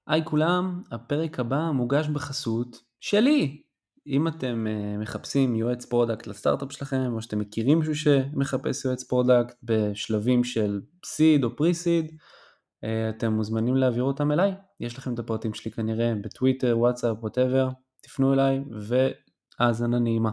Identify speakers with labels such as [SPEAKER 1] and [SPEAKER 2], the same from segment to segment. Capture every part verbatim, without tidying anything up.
[SPEAKER 1] היי כולם, הפרק הבא מוגש בחסות שלי. אם אתם uh, מחפשים יועץ פרודקט לסטארט-אפ שלכם, או שאתם מכירים מישהו שמחפש יועץ פרודקט בשלבים של סיד או פרי-סיד, uh, אתם מוזמנים להעביר אותם אליי. יש לכם את הפרטים שלי כנראה בטוויטר, וואטסאפ, whatever, תפנו אליי והאזנה נעימה.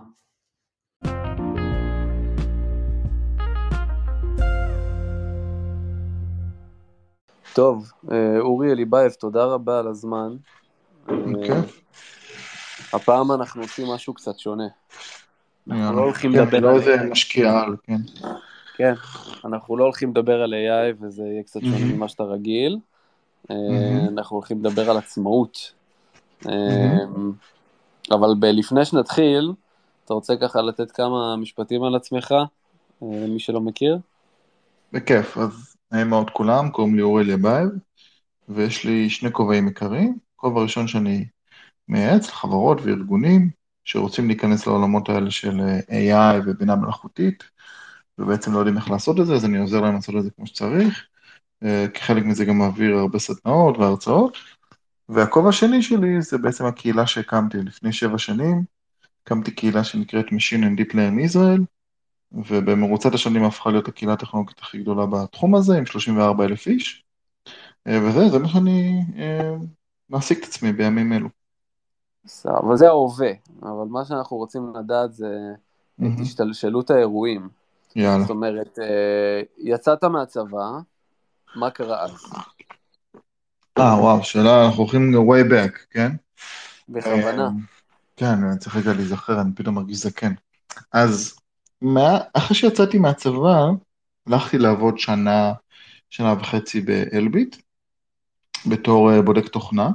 [SPEAKER 1] טוב, אורי אליבייב, תודה רבה על הזמן.
[SPEAKER 2] בכיף.
[SPEAKER 1] הפעם אנחנו עושים משהו קצת שונה. אנחנו לא הולכים
[SPEAKER 2] כן,
[SPEAKER 1] לדבר
[SPEAKER 2] לא
[SPEAKER 1] על
[SPEAKER 2] איזה משקיע על, כן.
[SPEAKER 1] כן, אנחנו לא הולכים לדבר על איי איי וזה יהיה קצת שונה ממה שאתה רגיל. אנחנו הולכים לדבר על עצמאות. אבל לפני שנתחיל, אתה רוצה ככה לתת כמה משפטים על עצמך, מי שלא מכיר?
[SPEAKER 2] בכיף, אז נעים מאוד כולם, קוראים לי אורי אליבייב, ויש לי שני כובעים עיקריים. כובע ראשון שאני מייעץ לחברות וארגונים שרוצים להיכנס לעולמות האלה של איי איי ובינה מלאכותית, ובעצם לא יודעים איך לעשות את זה, אז אני עוזר להם לעשות את זה כמו שצריך. כחלק מזה גם מעביר הרבה סדנאות והרצאות. והכובע השני שלי זה בעצם הקהילה שהקמתי לפני שבע שנים. הקמתי קהילה שנקראת Machine and Deep Learning Israel, ובמרוצת השנים הפכה להיות הקהילה הטכנולוגית הכי גדולה בתחום הזה, עם שלושים וארבעה אלף איש, וזה, זה מה שאני אה, מעסיק את עצמי בימים אלו.
[SPEAKER 1] אבל זה ההווה, אבל מה שאנחנו רוצים לדעת זה את
[SPEAKER 2] Mm-hmm.
[SPEAKER 1] השתלשלות האירועים.
[SPEAKER 2] יאללה.
[SPEAKER 1] זאת אומרת, יצאת מהצבא, מה קרה אז?
[SPEAKER 2] אה, וואו, שאלה, אנחנו הולכים way back, כן?
[SPEAKER 1] בכוונה.
[SPEAKER 2] כן, אני צריך רגע להיזכר, אני פתאום מרגיש זקן. אז מה, אחרי שיצאתי מהצבא, הלכתי לעבוד שנה, שנה וחצי באלביט, בתור אה, בודק תוכנה,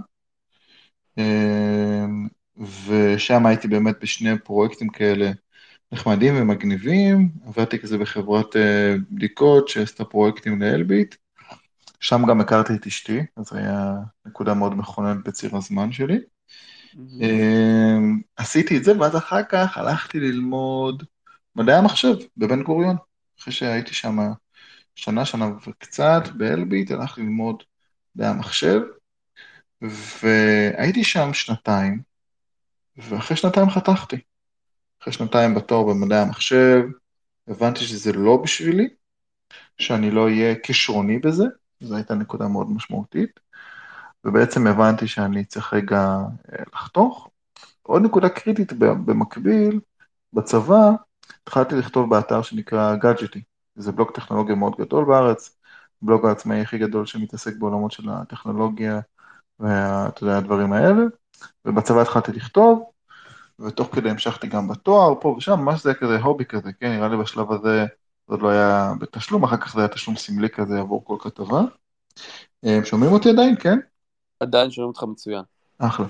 [SPEAKER 2] אה, ושם הייתי באמת בשני פרויקטים כאלה נחמדים ומגניבים. עבדתי כזה בחברת אה, בדיקות שעשתה פרויקטים לאלביט, שם גם הכרתי את אשתי, אז זו היה נקודה מאוד מכוננת בציר הזמן שלי. אה, עשיתי את זה, ואז אחר כך הלכתי ללמוד מדעי המחשב בבן גוריון. אחרי שהייתי שם שנה, שנה וקצת באלביט, הלכתי ללמוד מדעי המחשב, והייתי שם שנתיים, ואחרי שנתיים חתכתי. אחרי שנתיים בתור במדעי המחשב, הבנתי שזה לא בשבילי, שאני לא אהיה כישרוני בזה, זו הייתה נקודה מאוד משמעותית, ובעצם הבנתי שאני צריך רגע אה, לחתוך. עוד נקודה קריטית במקביל, בצבא, התחלתי לכתוב באתר שנקרא גאדג'טי, זה בלוג טכנולוגיה מאוד גדול בארץ, בלוג העצמאי הכי גדול שמתעסק בעולמות של הטכנולוגיה, ואתה יודע, הדברים האלה, ובצבא התחלתי לכתוב, ותוך כדי המשכתי גם בתואר, פה ושם, ממש זה היה כזה הובי כזה, כן, נראה לי בשלב הזה, זה עוד לא היה בתשלום, אחר כך זה היה תשלום סמלי כזה עבור כל כתבה. שומעים אותי עדיין, כן?
[SPEAKER 1] עדיין שומעים אותך מצוין.
[SPEAKER 2] אחלה.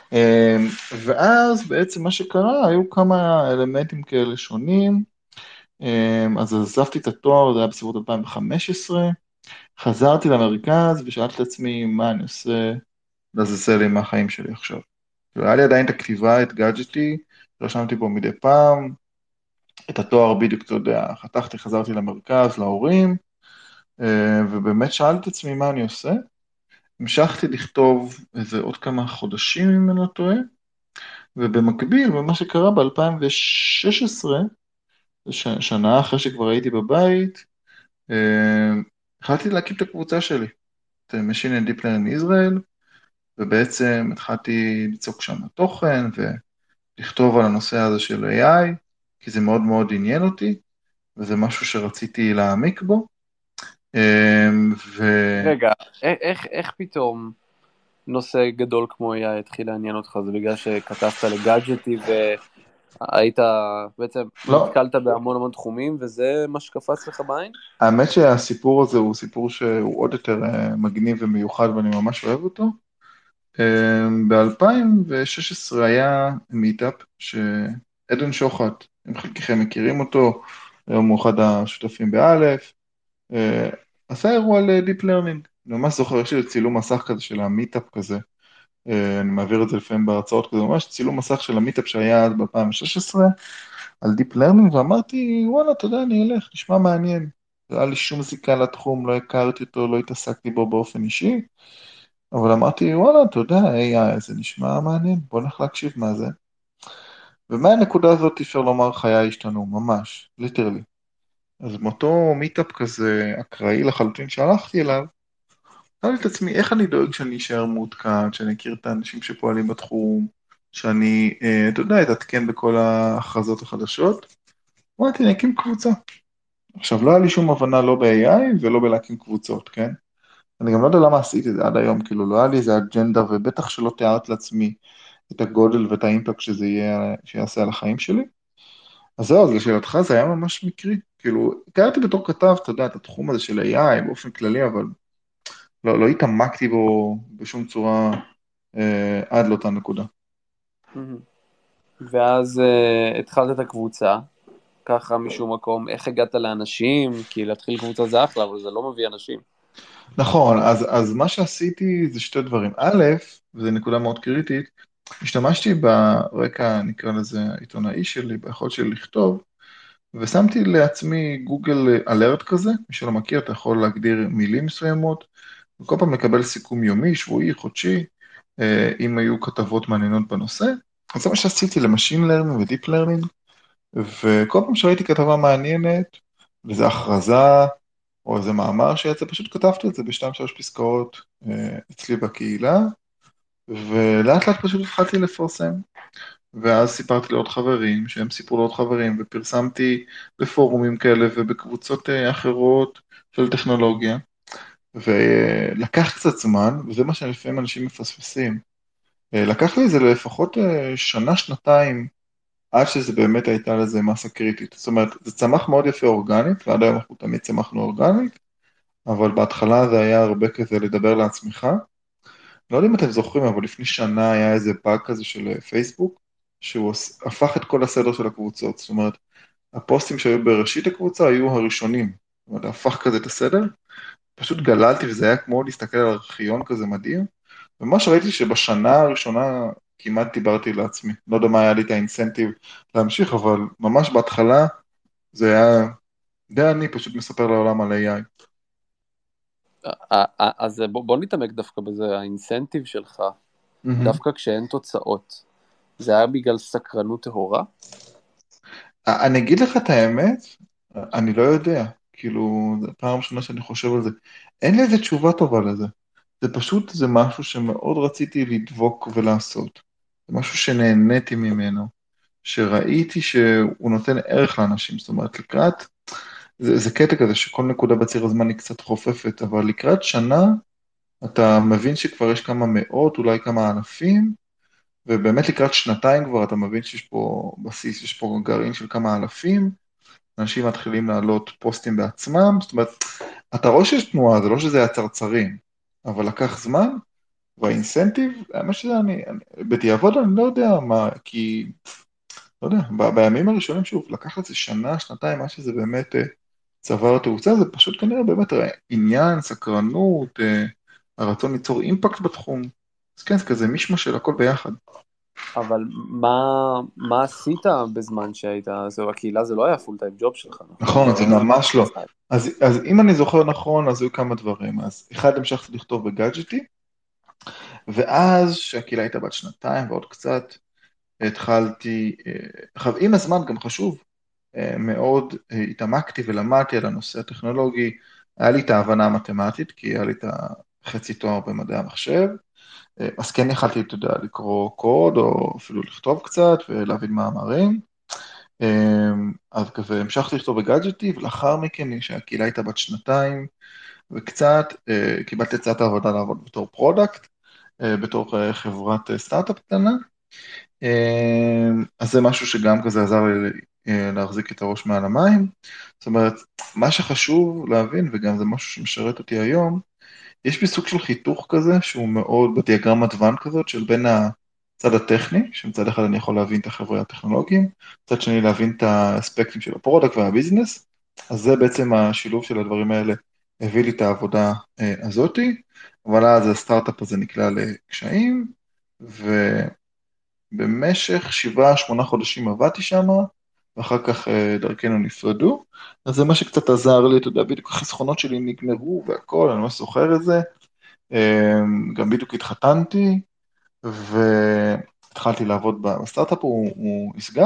[SPEAKER 2] ואז בעצם מה שקרה, היו כמה אלמנטים כאלה שונים, אז עזבתי את התואר, זה היה בסביבות אלפיים וחמש עשרה, חזרתי למרכז ושאלתי את עצמי מה אני עושה, לעזאזל לי מהחיים שלי עכשיו. והיה לי עדיין את הכתיבה, את גאדג'טי, רשמתי בו מדי פעם, את התואר בדיוק, אתה יודע, חתכתי, חזרתי למרכז, להורים, ובאמת שאלתי את עצמי מה אני עושה. המשכתי לכתוב איזה עוד כמה חודשים אם אני לא טועה, ובמקביל, במה שקרה ב-אלפיים ושש עשרה, שנה אחרי שכבר הייתי בבית, החלטתי להקים את הקבוצה שלי, את Machine and Deep Learning Israel, ובעצם התחלתי ליצוק שם תוכן ולכתוב על הנושא הזה של איי איי, כי זה מאוד מאוד עניין אותי, וזה משהו שרציתי להעמיק בו. ו...
[SPEAKER 1] רגע, איך, איך פתאום נושא גדול כמו איי איי התחיל לעניין אותך? זה בגלל שכתבת לגאדג'טי והיית, בעצם
[SPEAKER 2] לא,
[SPEAKER 1] נתקלת בהמון המון תחומים, וזה מה שקפץ לך בעין?
[SPEAKER 2] האמת שהסיפור הזה הוא סיפור שהוא עוד יותר מגניב ומיוחד ואני ממש אוהב אותו. ב-אלפיים ושש עשרה היה מיטאפ שעדן שוחט, אם חלקכם מכירים אותו, היום הוא אחד השותפים באלף, עשה אירוע לדיפ לרנינג. אני ממש זוכר, יש לי צילום מסך כזה של המיטאפ כזה, אני מעביר את זה לפעמים בהרצאות כזה, ממש צילום מסך של המיטאפ שהיה אז ב-אלפיים ושש עשרה, על דיפ לרנינג, ואמרתי, וואלה, אתה יודע, אני אלך, נשמע מעניין. לא היה לי שום זיקה לתחום, לא הכרתי אותו, לא התעסקתי בו באופן אישי, אבל אמרתי, וואלה, אתה יודע, איי איי, זה נשמע מעניין, בוא נלך להקשיב מה זה. ומהנקודה הזאת אפשר לומר חיי השתנו, ממש, ליטרלי. אז מאותו מיטאפ כזה אקראי לחלוטין שהלכתי אליו, שאלתי את עצמי, איך אני דואג שאני אשאר מעודכן, שאני אכיר את האנשים שפועלים בתחום, שאני, אה, אתה יודע, אתעדכן בכל ההכרזות החדשות. אמרתי, אני אקים קבוצה. עכשיו, לא היה לי שום הבנה לא ב-איי איי ולא בלהקים קבוצות, כן? אני גם לא יודע למה עשיתי את זה עד היום, כאילו, לא היה לי איזה אג'נדה, ובטח שלא תיארת לעצמי את הגודל ואת האימפקט שזה יהיה, שיעשה על החיים שלי. אז זהו, אז לשאלתך זה היה ממש מקרי. כאילו, הכרתי בתור כתב, אתה יודע, את התחום הזה של איי איי באופן כללי, אבל לא, לא התעמקתי בו בשום צורה אה, עד לאותה נקודה.
[SPEAKER 1] מהמם. ואז uh, התחלת את הקבוצה, ככה משום מקום, איך הגעת לאנשים? כי להתחיל קבוצה זה אחלה, אבל זה לא מביא אנשים.
[SPEAKER 2] נכון, אז, אז מה שעשיתי זה שתי דברים. א', וזו נקודה מאוד קריטית, השתמשתי ברקע, נקרא לזה, העיתונאי שלי, ביכולת שלי לכתוב, ושמתי לעצמי גוגל אלרט כזה, מי שלא מכיר, אתה יכול להגדיר מילים מסוימות, וכל פעם לקבל סיכום יומי, שבועי, חודשי, אה, אם היו כתבות מעניינות בנושא. אז זה מה שעשיתי למשין לרנינג ודיפ לרנינג, וכל פעם שראיתי כתבה מעניינת, וזו הכרזה, או איזה מאמר שיצא, פשוט כתבתי את זה בשתיים שלוש פסקאות אה, אצלי בקהילה, ולאט לאט פשוט התחלתי לפרסם. ואז סיפרתי לעוד חברים, שהם סיפרו לעוד חברים, ופרסמתי בפורומים כאלה ובקבוצות אה, אחרות של טכנולוגיה, ולקח קצת זמן, וזה מה שלפעמים אנשים מפספסים. אה, לקח לי איזה לפחות אה, שנה, שנתיים, עד שזה באמת הייתה לזה מסה קריטית. זאת אומרת, זה צמח מאוד יפה אורגנית, ועד היום אנחנו תמיד צמחנו אורגנית, אבל בהתחלה זה היה הרבה כזה לדבר לעצמך. לא יודע אם אתם זוכרים, אבל לפני שנה היה איזה באג כזה של אה, פייסבוק, שהוא עש- הפך את כל הסדר של הקבוצות. זאת אומרת, הפוסטים שהיו בראשית הקבוצה היו הראשונים. זאת אומרת, הפך כזה את הסדר, פשוט גללתי וזה היה כמו להסתכל על ארכיון כזה מדהים. וממש ראיתי שבשנה הראשונה כמעט דיברתי לעצמי. לא יודע מה היה לי את האינסנטיב להמשיך, אבל ממש בהתחלה זה היה די אני פשוט מספר לעולם על איי איי.
[SPEAKER 1] אה, אה, אז בוא, בוא נתעמק דווקא בזה, האינסנטיב שלך,
[SPEAKER 2] מהמם.
[SPEAKER 1] דווקא כשאין תוצאות, זה היה בגלל סקרנות טהורה?
[SPEAKER 2] אני אגיד לך את האמת, אני לא יודע. כאילו, זו פעם ראשונה שאני חושב על זה. אין לי איזה תשובה טובה לזה. זה פשוט, זה משהו שמאוד רציתי לדבוק ולעשות. זה משהו שנהניתי ממנו, שראיתי שהוא נותן ערך לאנשים. זאת אומרת, לקראת, זה, זה קטע כזה שכל נקודה בציר הזמן היא קצת חופפת, אבל לקראת שנה, אתה מבין שכבר יש כמה מאות, אולי כמה אלפים, ובאמת לקראת שנתיים כבר אתה מבין שיש פה בסיס, יש פה גרעין של כמה אלפים, אנשים מתחילים להעלות פוסטים בעצמם, זאת אומרת, אתה רואה שיש תנועה, זה לא שזה היה צרצרים, אבל לקח זמן, והאינסנטיב, האמת שזה אני, אני בדיעבוד אני לא יודע מה, כי, לא יודע, ב, בימים הראשונים שוב, לקח לזה שנה, שנתיים, מה שזה באמת אה, צבר תאוצה, זה פשוט כנראה באמת אה, עניין, סקרנות, אה, הרצון ליצור אימפקט בתחום, אז כן, זה כזה מישמש של הכל ביחד.
[SPEAKER 1] אבל מה, מה עשית בזמן שהיית, זהו, הקהילה זה לא היה פול טיים ג'וב שלך, נכון?
[SPEAKER 2] נכון,
[SPEAKER 1] זה
[SPEAKER 2] זה
[SPEAKER 1] היה
[SPEAKER 2] ממש לא.
[SPEAKER 1] צד.
[SPEAKER 2] אז, אז אם אני זוכר נכון, אז היו כמה דברים. אז אחד, המשכתי לכתוב בגאדג'טי, ואז שהקהילה הייתה בת שנתיים ועוד קצת, התחלתי, אה, עכשיו עם הזמן גם חשוב, אה, מאוד אה, התעמקתי ולמדתי על הנושא הטכנולוגי, היה לי את ההבנה המתמטית, כי היה לי את החצי תואר במדעי המחשב, אה, אז כן יכלתי, אתה יודע, לקרוא קוד, או אפילו לכתוב קצת ולהבין מאמרים, אמ, אז כזה המשכתי לכתוב בגאדג'טי, ולאחר מכן, כשהקהילה הייתה בת שנתיים וקצת, אה, קיבלתי הצעת העבודה לעבוד בתור פרודקט, אה, בתור אה, חברת אה, סטארט-אפ קטנה, אמ, אז זה משהו שגם כזה עזר לי אה, להחזיק את הראש מעל המים. זאת אומרת, מה שחשוב להבין, וגם זה משהו שמשרת אותי היום, יש בי סוג של חיתוך כזה, שהוא מאוד בדיאגרמת ואן כזאת, של בין הצד הטכני, שמצד אחד אני יכול להבין את החבר'ה הטכנולוגיים, מצד שני להבין את האספקטים של הפרודקט והביזנס, אז זה בעצם השילוב של הדברים האלה, הביא לי את העבודה אה, הזאתי, אבל אז הסטארט-אפ הזה נקלע לקשיים, ובמשך שבעה, שמונה חודשים עבדתי שם, ואחר כך אה, דרכנו נפרדו, אז זה מה שקצת עזר לי, אתה יודע, בדיוק החסכונות שלי נגמרו והכל, אני ממש זוכר את זה, גם בדיוק התחתנתי, והתחלתי לעבוד בסטארט-אפ, הוא, הוא נסגר,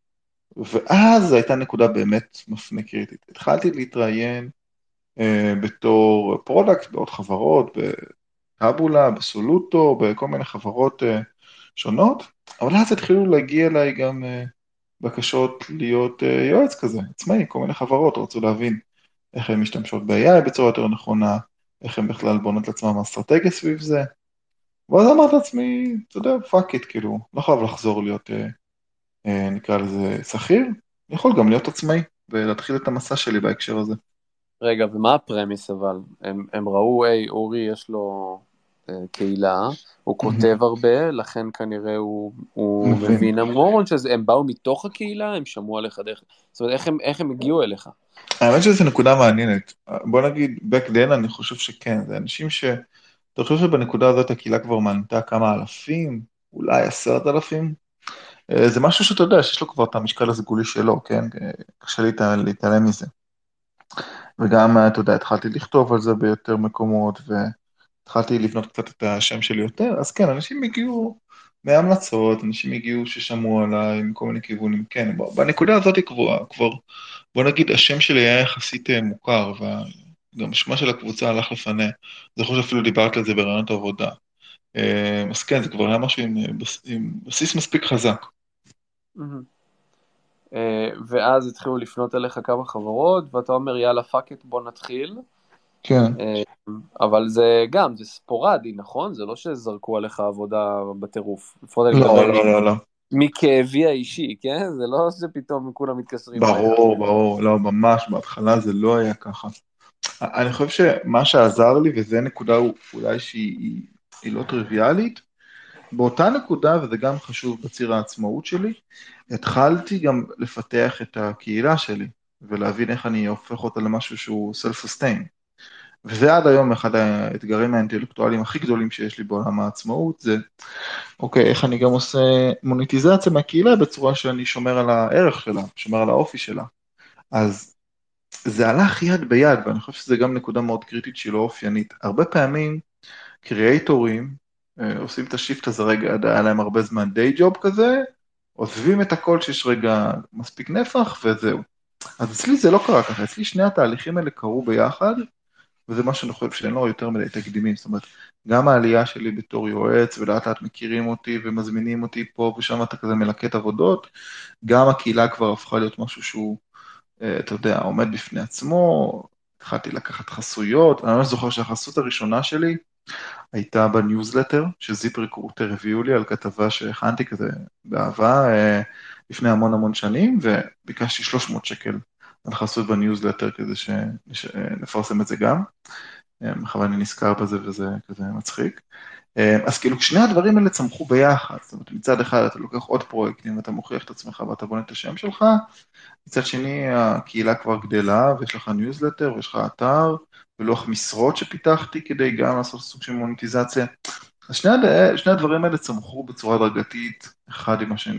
[SPEAKER 2] ואז הייתה נקודה באמת מפנה קריטית. התחלתי להתראיין אה, בתור פרודקט בעוד חברות, בטאבולה, בסולוטו, בכל מיני חברות אה, שונות, אבל אז התחילו להגיע אליי גם אה, בקשות להיות אה, יועץ כזה, עצמאי, כל מיני חברות רצו להבין איך הן משתמשות ב-איי איי בצורה יותר נכונה, איך הן בכלל בונות לעצמם אסטרטגיה סביב זה, ואז אמרתי לעצמי, אתה יודע, פאק איט, כאילו, לא חייב לחזור להיות, אה, אה, נקרא לזה, שכיר, אני יכול גם להיות עצמאי, ולהתחיל את המסע שלי בהקשר הזה.
[SPEAKER 1] רגע, ומה הפרמיס אבל? הם, הם ראו, היי, אורי יש לו אה, קהילה, הוא כותב הרבה, לכן כנראה הוא, הוא
[SPEAKER 2] מבין.
[SPEAKER 1] מבין המון, שהם באו מתוך הקהילה, הם שמעו עליך דרך, זאת אומרת, איך הם, איך הם הגיעו אליך?
[SPEAKER 2] האמת שזו נקודה מעניינת. בוא נגיד, back then אני חושב שכן, זה אנשים ש... אתה חושב שבנקודה הזאת הקהילה כבר מנתה כמה אלפים, אולי עשרת אלפים? אה, זה משהו שאתה יודע, שיש לו כבר את המשקל הסגולי שלו, כן? אה, קשה להתעלם, להתעלם מזה. וגם, אה, אתה יודע, התחלתי לכתוב על זה ביותר מקומות, והתחלתי לבנות קצת את השם שלי יותר, אז כן, אנשים הגיעו מהמלצות, אנשים הגיעו ששמעו עליי מכל מיני כיוונים, כן, בנקודה הזאת כבר, כבר, בוא נגיד, השם שלי היה יחסית אה, מוכר, וגם שמה של הקבוצה הלך לפניה, אז אני חושב שאפילו דיברת על זה ברעיונות עבודה. אה, אז כן, זה כבר היה משהו עם, אה, בס- עם בסיס מספיק חזק.
[SPEAKER 1] מהמם. אה, ואז התחילו לפנות אליך כמה חברות, ואתה אומר, יאללה, פאק את, בוא נתחיל.
[SPEAKER 2] כן.
[SPEAKER 1] אה, אבל זה גם, זה ספורדי, נכון? זה לא שזרקו עליך עבודה בטירוף. לפחות אני מדבר
[SPEAKER 2] לא, לא, לא, לא.
[SPEAKER 1] מכאבי האישי, כן? זה לא שפתאום כולם מתקשרים אליך.
[SPEAKER 2] ברור, ברור, לא, ממש, בהתחלה זה לא היה ככה. אני חושב שמה שעזר לי, וזו נקודה אולי שהיא היא, היא לא טריוויאלית, באותה נקודה, וזה גם חשוב בציר העצמאות שלי, התחלתי גם לפתח את הקהילה שלי, ולהבין איך אני הופך אותה למשהו שהוא self-sustain. וזה עד היום אחד האתגרים האינטלקטואליים הכי גדולים שיש לי בעולם העצמאות, זה, אוקיי, איך אני גם עושה מוניטיזציה מהקהילה בצורה שאני שומר על הערך שלה, שומר על האופי שלה. אז זה הלך יד ביד, ואני חושב שזה גם נקודה מאוד קריטית שהיא לא אופיינית. הרבה פעמים קריאייטורים אה, עושים את השיפט הזה רגע, היה להם הרבה זמן דיי ג'וב כזה, עוזבים את הכל שיש רגע מספיק נפח וזהו. אז אצלי זה לא קרה ככה, אצלי שני התהליכים האלה קרו ביחד, וזה מה שאני חושב שאין לו יותר מדי תקדימים, זאת אומרת, גם העלייה שלי בתור יועץ, ולאט לאט מכירים אותי ומזמינים אותי פה ושם אתה כזה מלקט עבודות, גם הקהילה כבר הפכה להיות משהו שהוא, אה, אתה יודע, עומד בפני עצמו, התחלתי לקחת חסויות, אני ממש זוכר שהחסות הראשונה שלי, הייתה בניוזלטר, שזיפ ריקרוטר הביאו לי על כתבה שהכנתי כזה באהבה אה, לפני המון המון שנים, וביקשתי שלוש מאות שקל על חסות בניוזלטר כדי שנפרסם את זה גם. בכוונה אני נזכר בזה וזה כזה מצחיק. אז כאילו שני הדברים האלה צמחו ביחד, זאת אומרת מצד אחד אתה לוקח עוד פרויקטים ואתה מוכיח את עצמך ואתה בונה את השם שלך, מצד שני הקהילה כבר גדלה ויש לך ניוזלטר ויש לך אתר ולוח משרות שפיתחתי כדי גם לעשות סוג של מוניטיזציה. אז שני, הד... שני הדברים האלה צמחו בצורה דרגתית אחד עם השני.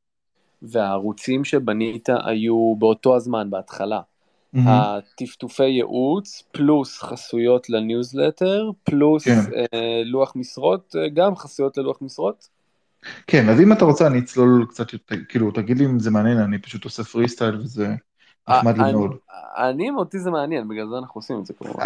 [SPEAKER 1] והערוצים שבנית היו באותו הזמן, בהתחלה.
[SPEAKER 2] Mm-hmm.
[SPEAKER 1] הטפטופי ייעוץ, פלוס חסויות לניוזלטר, פלוס
[SPEAKER 2] כן.
[SPEAKER 1] אה, לוח משרות, אה, גם חסויות ללוח משרות.
[SPEAKER 2] כן, אז אם אתה רוצה אני אצלול קצת יותר, כאילו תגיד לי אם זה מעניין, אני פשוט עושה פרי סטייל וזה
[SPEAKER 1] אה,
[SPEAKER 2] נחמד לי
[SPEAKER 1] אני,
[SPEAKER 2] מאוד.
[SPEAKER 1] אני, אותי זה מעניין, בגלל זה אנחנו עושים את זה כמובן.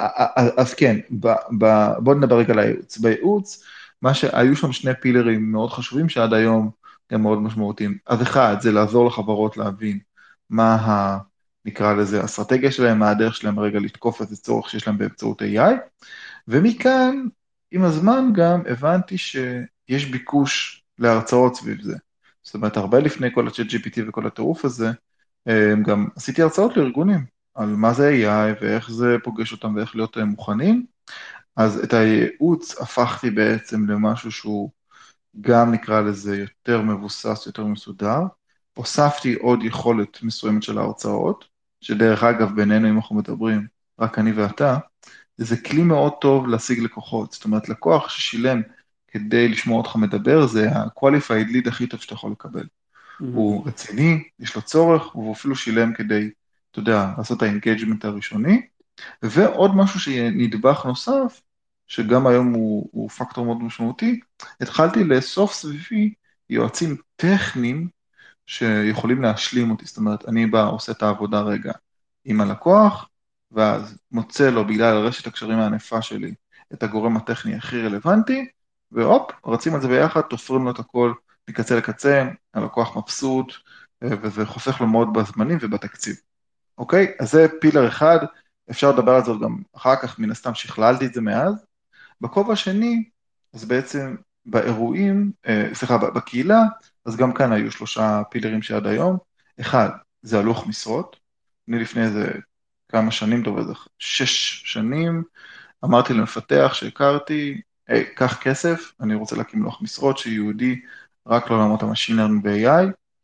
[SPEAKER 2] אז כן, ב, ב, בוא נדבר רגע על הייעוץ. בייעוץ, מה שהיו שם שני פילרים מאוד חשובים שעד היום הם מאוד משמעותיים. אז אחד, זה לעזור לחברות להבין מה ה... נקרא לזה, האסטרטגיה שלהם, מה הדרך שלהם רגע לתקוף איזה צורך שיש להם באמצעות איי איי, ומכאן, עם הזמן גם הבנתי שיש ביקוש להרצאות סביב זה. זאת אומרת, הרבה לפני כל ה-צ'אט ג'י פי טי וכל הטירוף הזה, גם עשיתי הרצאות לארגונים. על מה זה איי איי ואיך זה פוגש אותם ואיך להיות מוכנים. אז את הייעוץ הפכתי בעצם למשהו שהוא גם נקרא לזה יותר מבוסס, יותר מסודר. הוספתי עוד יכולת מסוימת של ההרצאות, שדרך אגב בינינו אם אנחנו מדברים, רק אני ואתה, זה כלי מאוד טוב להשיג לקוחות. זאת אומרת, לקוח ששילם כדי לשמוע אותך מדבר, זה ה-qualified lead הכי טוב שאתה יכול לקבל. הוא רציני, יש לו צורך, הוא אפילו שילם כדי, אתה יודע, לעשות את האינגייג'מנט הראשוני, ועוד משהו שנדבך נוסף, שגם היום הוא, הוא פקטור מאוד משמעותי, התחלתי לאסוף סביבי יועצים טכניים שיכולים להשלים אותי, זאת אומרת, אני בא, עושה את העבודה רגע עם הלקוח, ואז מוצא לו בגלל רשת הקשרים הענפה שלי את הגורם הטכני הכי רלוונטי, והופ, רצים על זה ביחד, תופרים לו את הכל מקצה לקצה, הלקוח מבסוט, וזה חוסך לו מאוד בזמנים ובתקציב. אוקיי? אז זה פילר אחד, אפשר לדבר על זה גם אחר כך, מן הסתם שכללתי את זה מאז. בכובע השני, אז בעצם באירועים, אה, סליחה, בקהילה, אז גם כאן היו שלושה פילרים שעד היום. אחד, זה הלוח משרות. אני לפני איזה כמה שנים, טוב, איזה שש שנים, אמרתי למפתח שהכרתי, היי, קח כסף, אני רוצה להקים לוח משרות שיהודי רק לעולמות המשין לרנינג ב-איי איי,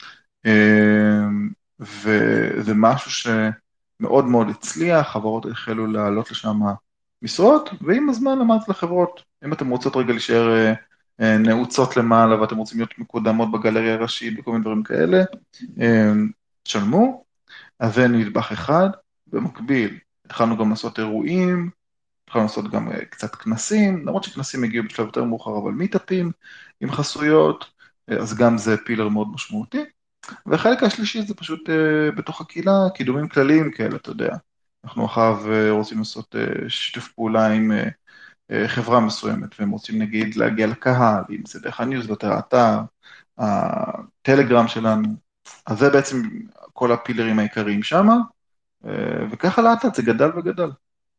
[SPEAKER 2] וזה משהו שמאוד מאוד הצליח, חברות החלו לעלות לשם משרות, ועם הזמן אמרתי לחברות, אם אתם רוצות רגע להישאר אה, אה, נעוצות למעלה, ואתם רוצים להיות מקודמות בגלריה הראשית, וכל מיני דברים כאלה, אה, תשלמו, אז זה נדבך אחד. במקביל, התחלנו גם לעשות אירועים, התחלנו לעשות גם אה, קצת כנסים, למרות שכנסים הגיעו בשלב יותר מאוחר, אבל מיטאפים עם חסויות, אה, אז גם זה פילר מאוד משמעותי. והחלק השלישי זה פשוט אה, בתוך הקהילה, קידומים כלליים כאלה, אתה יודע. אנחנו אחריו אה, רוצים לעשות אה, שיתוף פעולה עם אה, אה, חברה מסוימת, והם רוצים נגיד להגיע לקהל, אם זה דרך הניוזלטר, האתר, הטלגרם שלנו, אז זה בעצם כל הפילרים העיקריים שם, אה, וככה לאט לאט זה גדל וגדל.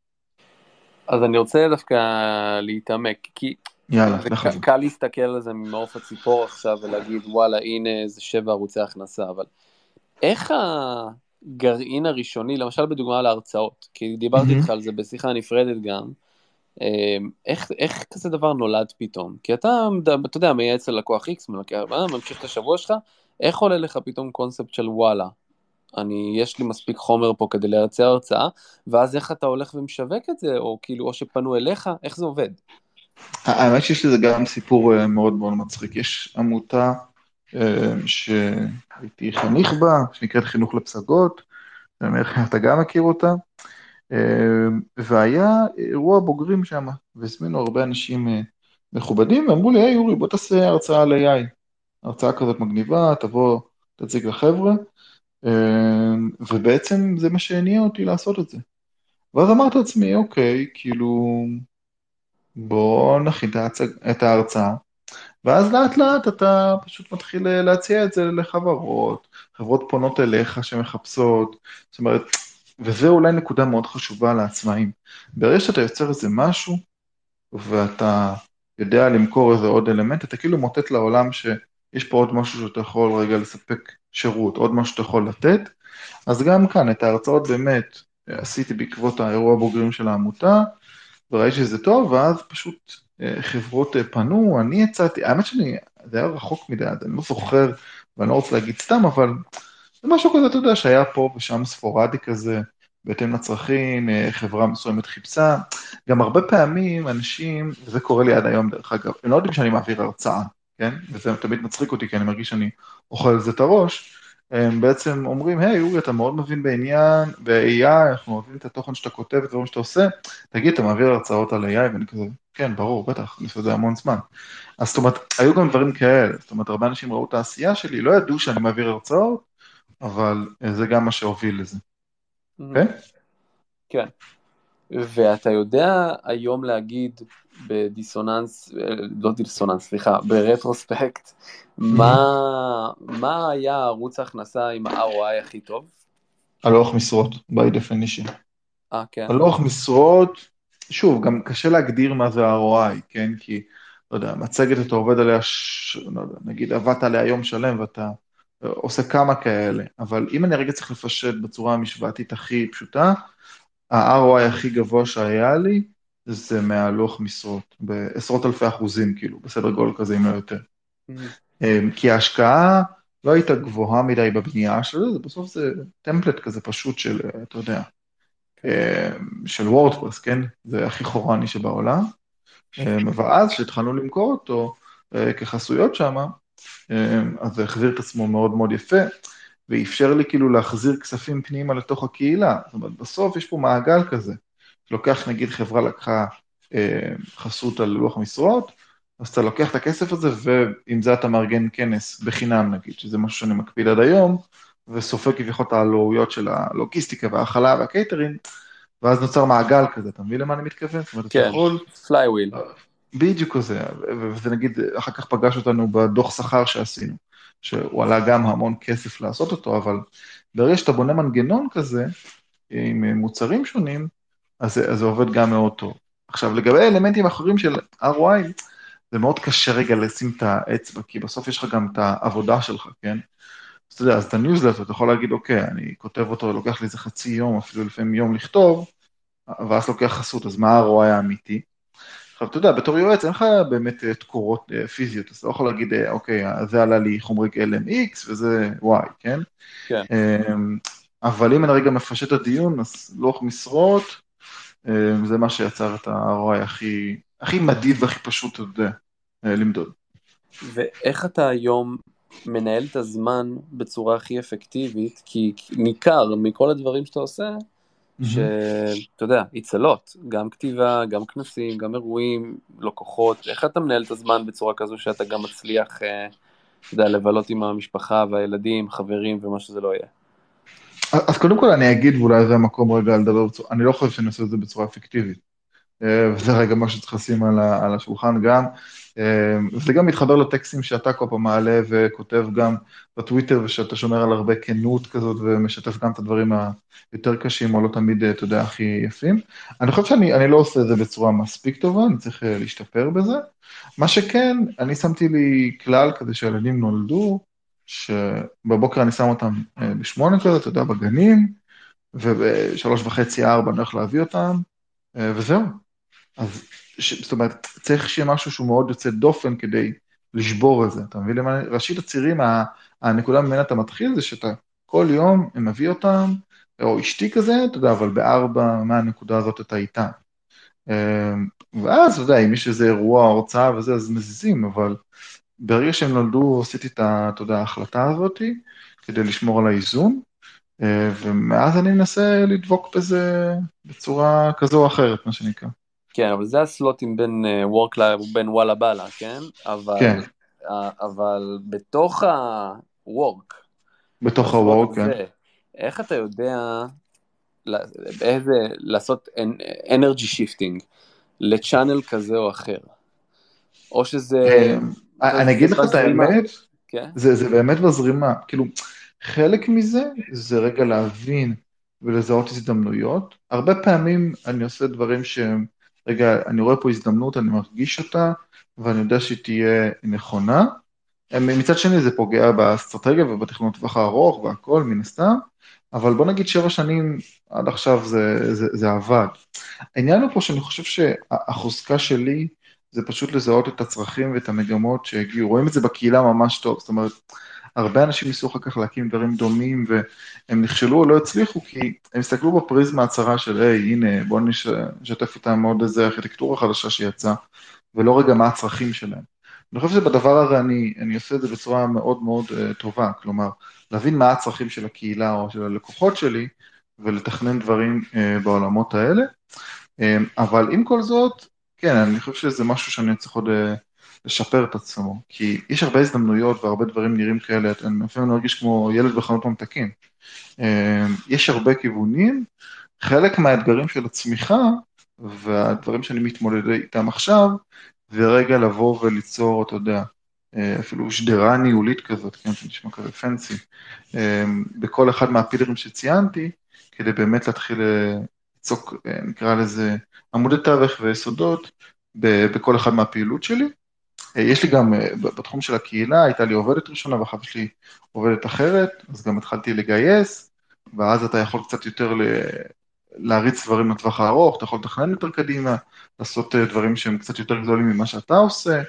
[SPEAKER 1] אז אני רוצה דווקא להתעמק, כי
[SPEAKER 2] יאללה,
[SPEAKER 1] זה
[SPEAKER 2] לך על זה.
[SPEAKER 1] קל להסתכל על זה ממעוף הציפור עכשיו ולהגיד וואלה הנה זה שבע ערוצי הכנסה, אבל איך הגרעין הראשוני, למשל בדוגמה להרצאות, כי דיברתי איתך על זה בשיחה נפרדת גם, איך, איך כזה דבר נולד פתאום? כי אתה, אתה יודע, מייעץ ללקוח X, ממשיך את השבוע שלך, איך עולה לך פתאום קונספט של וואלה, אני, יש לי מספיק חומר פה כדי לייצר הרצאה, ואז איך אתה הולך ומשווק את זה, או כאילו, או שפנו אליך, איך זה עובד?
[SPEAKER 2] האמת שיש לזה גם סיפור אה, מאוד מאוד מצחיק. יש עמותה אה, שהייתי חניך בה, שנקראת חינוך לפסגות, אתה גם מכיר אותה, אה, והיה אירוע בוגרים שם, והזמינו הרבה אנשים אה, מכובדים, ואמרו לי, היי אורי, בוא תעשה הרצאה על איי איי, הרצאה כזאת מגניבה, תבוא, תציג לחבר'ה, אה, ובעצם זה מה שהניע אותי לעשות את זה. ואז אמרתי לעצמי, אוקיי, כאילו, בוא נכין את ההצג- את ההרצאה, ואז לאט לאט אתה פשוט מתחיל להציע את זה לחברות, חברות פונות אליך שמחפשות, זאת אומרת, וזה אולי נקודה מאוד חשובה לעצמאים. ברגע שאתה יוצר איזה משהו, ואתה יודע למכור איזה עוד אלמנט, אתה כאילו מוטט לעולם שיש פה עוד משהו שאתה יכול רגע לספק שירות, עוד משהו שאתה יכול לתת, אז גם כאן את ההרצאות באמת עשיתי בעקבות האירוע הבוגרים של העמותה, וראיתי שזה טוב, ואז פשוט אה, חברות אה, פנו, אני הצעתי, האמת שאני, זה היה רחוק מדי, אז אני לא זוכר, ואני לא רוצה להגיד סתם, אבל זה משהו כזה, אתה יודע, שהיה פה ושם ספורדי כזה, בהתאם לצרכים, אה, חברה מסוימת חיפשה, גם הרבה פעמים אנשים, וזה קורה לי עד היום דרך אגב, הם לא יודעים שאני מעביר הרצאה, כן? וזה תמיד מצחיק אותי, כי אני מרגיש שאני אוכל על זה את הראש, הם בעצם אומרים, היי אורי, אתה מאוד מבין בעניין, ב-איי איי, אנחנו אוהבים את התוכן שאתה כותב, את הדברים שאתה עושה, תגיד, אתה מעביר הרצאות על איי איי, ואני כזה, כן, ברור, בטח, אני עושה את זה המון זמן. אז זאת אומרת, היו גם דברים כאלה, זאת אומרת, הרבה אנשים ראו את העשייה שלי, לא ידעו שאני מעביר הרצאות, אבל זה גם מה שהוביל לזה, אוקיי?
[SPEAKER 1] כן. ואתה יודע היום להגיד בדיסוננס, לא דיסוננס, סליחה, ברטרוספקט, מה, מה היה ערוץ ההכנסה עם ה-אר או איי הכי טוב?
[SPEAKER 2] הלוח משרות, by definition.
[SPEAKER 1] אה, כן.
[SPEAKER 2] הלוח משרות, שוב, גם קשה להגדיר מה זה ה-אר או איי, כן? כי, לא יודע, מצגת אתה עובד עליה, ש... לא יודע, נגיד עבדת עליה יום שלם ואתה עושה כמה כאלה, אבל אם אני רגע צריך לפשט בצורה המשוואה,תית הכי פשוטה, ה-אר או איי הכי גבוה שהיה לי, זה מהלוח משרות, בעשרות אלפי אחוזים, כאילו, בסדר גול כזה, אם לא יותר. כי ההשקעה לא הייתה גבוהה מדי בבנייה של זה, בסוף זה טמפלט כזה פשוט של, אתה יודע, של וורדפרס, כן? זה הכי חורני שבעולם. ואז כשהתחלנו למכור אותו כחסויות שם, אז זה החזיר את עצמו מאוד מאוד יפה, ואפשר לי כאילו להחזיר כספים פנימה לתוך הקהילה. זאת אומרת, בסוף יש פה מעגל כזה. לוקח, נגיד, חברה לקחה חסות על לוח משרות, אז אתה לוקח את הכסף הזה, ועם זה אתה מארגן כנס בחינם נגיד, שזה משהו שאני מקפיד עד היום, וסופג כביכול את העלויות של הלוגיסטיקה והאכלה והקייטרינג, ואז נוצר מעגל כזה, אתה מבין למה אני מתכוון? זאת אומרת, אתה
[SPEAKER 1] כן,
[SPEAKER 2] יכול,
[SPEAKER 1] פלייוויל.
[SPEAKER 2] בדיוק כזה, וזה נגיד, אחר כך פגש אותנו בדוח שכר שעשינו, שהוא עלה גם המון כסף לעשות אותו, אבל ברגע שאתה בונה מנגנון כזה, עם מוצרים שונים, אז זה, אז זה עובד גם מאוד טוב. עכשיו, לגבי אלמנטים אחרים של אר או איי, זה מאוד קשה רגע לשים את האצבע, כי בסוף יש לך גם את העבודה שלך, כן? אז אתה יודע, אז את הניוזלטר, אתה יכול להגיד, אוקיי, אני כותב אותו, לוקח לי איזה חצי יום, אפילו לפעמים יום לכתוב, ואז לוקח חסות, אז מה ה-אר או איי האמיתי? עכשיו, אתה יודע, בתור יועץ אין לך באמת אה, תקורות אה, פיזיות, אז אתה לא יכול להגיד, אה, אוקיי, זה עלה לי חומרי גלם X וזה Y, כן?
[SPEAKER 1] כן.
[SPEAKER 2] אמ, אבל אם אני רגע מפשט את הדיון, אז לוח משרות, אמ, זה מה שיצר את ה-אר או איי הכי, הכי מדיד והכי פשוט, אתה יודע, אה, למדוד.
[SPEAKER 1] ואיך אתה היום מנהל את הזמן בצורה הכי אפקטיבית, כי ניכר מכל הדברים שאתה עושה,
[SPEAKER 2] מהמם.
[SPEAKER 1] שאתה יודע, הצלות, גם כתיבה, גם כנסים, גם אירועים, לקוחות, איך אתה מנהל את הזמן בצורה כזו שאתה גם מצליח, אה, אתה יודע, לבלות עם המשפחה והילדים, חברים ומה שזה לא יהיה.
[SPEAKER 2] אז קודם כל אני אגיד, ואולי זה המקום רגע לדבר, בצורה- אני לא חושב שאני עושה את זה בצורה אפקטיבית. אה, וזה רגע מה שצריך לשים על ה- על השולחן גם. אה, וזה גם מתחבר לטקסטים שאתה כל פעם מעלה וכותב גם בטוויטר, ושאתה שומר על הרבה כנות כזאת ומשתף גם את הדברים היותר קשים, או לא תמיד, אה, אתה יודע, הכי יפים. אני חושב שאני אני לא עושה את זה בצורה מספיק טובה, אני צריך אה, להשתפר בזה. מה שכן, אני שמתי לי כלל כזה שהילדים נולדו, שבבוקר אני שם אותם אה, בשמונה כזה, אתה יודע, בגנים, ובשלוש וחצי, ארבע אני הולך להביא אותם, אה, וזהו. אז ש, זאת אומרת, צריך שיהיה משהו שהוא מאוד יוצא דופן כדי לשבור את זה, אתה מבין? למה- ראשית הצירים, ה- הנקודה ממנה אתה מתחיל זה שאתה כל יום מביא אותם, או אשתי כזה, אתה יודע, אבל בארבע, מהנקודה הזאת אתה איתה. אמ, ואז, אתה יודע, אם יש איזה אירוע, הרצאה וזה, אז מזיזים, אבל ברגע שהם נולדו, עשיתי את ה, אתה יודע, ההחלטה הזאת, כדי לשמור על האיזון, אה, ומאז אני מנסה לדבוק בזה בצורה כזו או אחרת, מה שנקרא.
[SPEAKER 1] כן, אבל זה הסלוטים בין אה, work life ובין וואלה באללה, כן?
[SPEAKER 2] כן,
[SPEAKER 1] אבל, אה, אבל בתוך ה-work,
[SPEAKER 2] בתוך
[SPEAKER 1] בזמן
[SPEAKER 2] ה-work, כן.
[SPEAKER 1] הזה, איך אתה יודע ל- באיזה, לעשות אנרגי שיפטינג לצ'אנל כזה או אחר? או שזה,
[SPEAKER 2] אמ,
[SPEAKER 1] זה,
[SPEAKER 2] אני
[SPEAKER 1] זה
[SPEAKER 2] אגיד לך את
[SPEAKER 1] בזרימה,
[SPEAKER 2] האמת,
[SPEAKER 1] כן?
[SPEAKER 2] זה, זה באמת בזרימה, כאילו, חלק מזה זה רגע להבין ולזהות הזדמנויות. הרבה פעמים אני עושה דברים שהם, רגע, אני רואה פה הזדמנות, אני מרגיש אותה, ואני יודע שהיא תהיה נכונה. מצד שני זה פוגע באסטרטגיה ובתכנון לטווח הארוך והכל, מן הסתם, אבל בוא נגיד שבע שנים עד עכשיו זה, זה, זה עבד. העניין הוא פה שאני חושב שהחוזקה שלי זה פשוט לזהות את הצרכים ואת המגמות שהגיעו. רואים את זה בקהילה ממש טוב, זאת אומרת, הרבה אנשים ניסו אחר כך להקים דברים דומים והם נכשלו או לא הצליחו כי הם הסתכלו בפריזמה הצרה של, היי, הנה, בואו נשתף איתם עוד איזה ארכיטקטורה חדשה שיצאה, ולא רגע מה הצרכים שלהם. אני חושב שבדבר הזה אני, אני עושה את זה בצורה מאוד מאוד uh, טובה, כלומר, להבין מה הצרכים של הקהילה או של הלקוחות שלי, ולתכנן דברים uh, בעולמות האלה. Um, אבל עם כל זאת, כן, אני חושב שזה משהו שאני צריך עוד uh, לשפר את עצמו, כי יש הרבה הזדמנויות והרבה דברים נראים כאלה, אני לפעמים מרגיש כמו ילד בחנות ממתקים. Um, יש הרבה כיוונים, חלק מהאתגרים של הצמיחה, והדברים שאני מתמודד איתם עכשיו, זה רגע לבוא וליצור, אתה יודע, אה, אפילו שדרה ניהולית כזאת, כן, שנשמע כזה פנסי, אה, בכל אחד מהפילרים שציינתי, כדי באמת להתחיל אה, ליצוק, אה, נקרא לזה, עמודי תווך ויסודות, ב- בכל אחד מהפעילות שלי. אה, יש לי גם, אה, בתחום של הקהילה, הייתה לי עובדת ראשונה, ואחר כך יש לי עובדת אחרת, אז גם התחלתי לגייס, ואז אתה יכול קצת יותר ל... להריץ דברים לטווח הארוך, אתה יכול לתכנן יותר קדימה, לעשות אה, דברים שהם קצת יותר גדולים ממה שאתה עושה.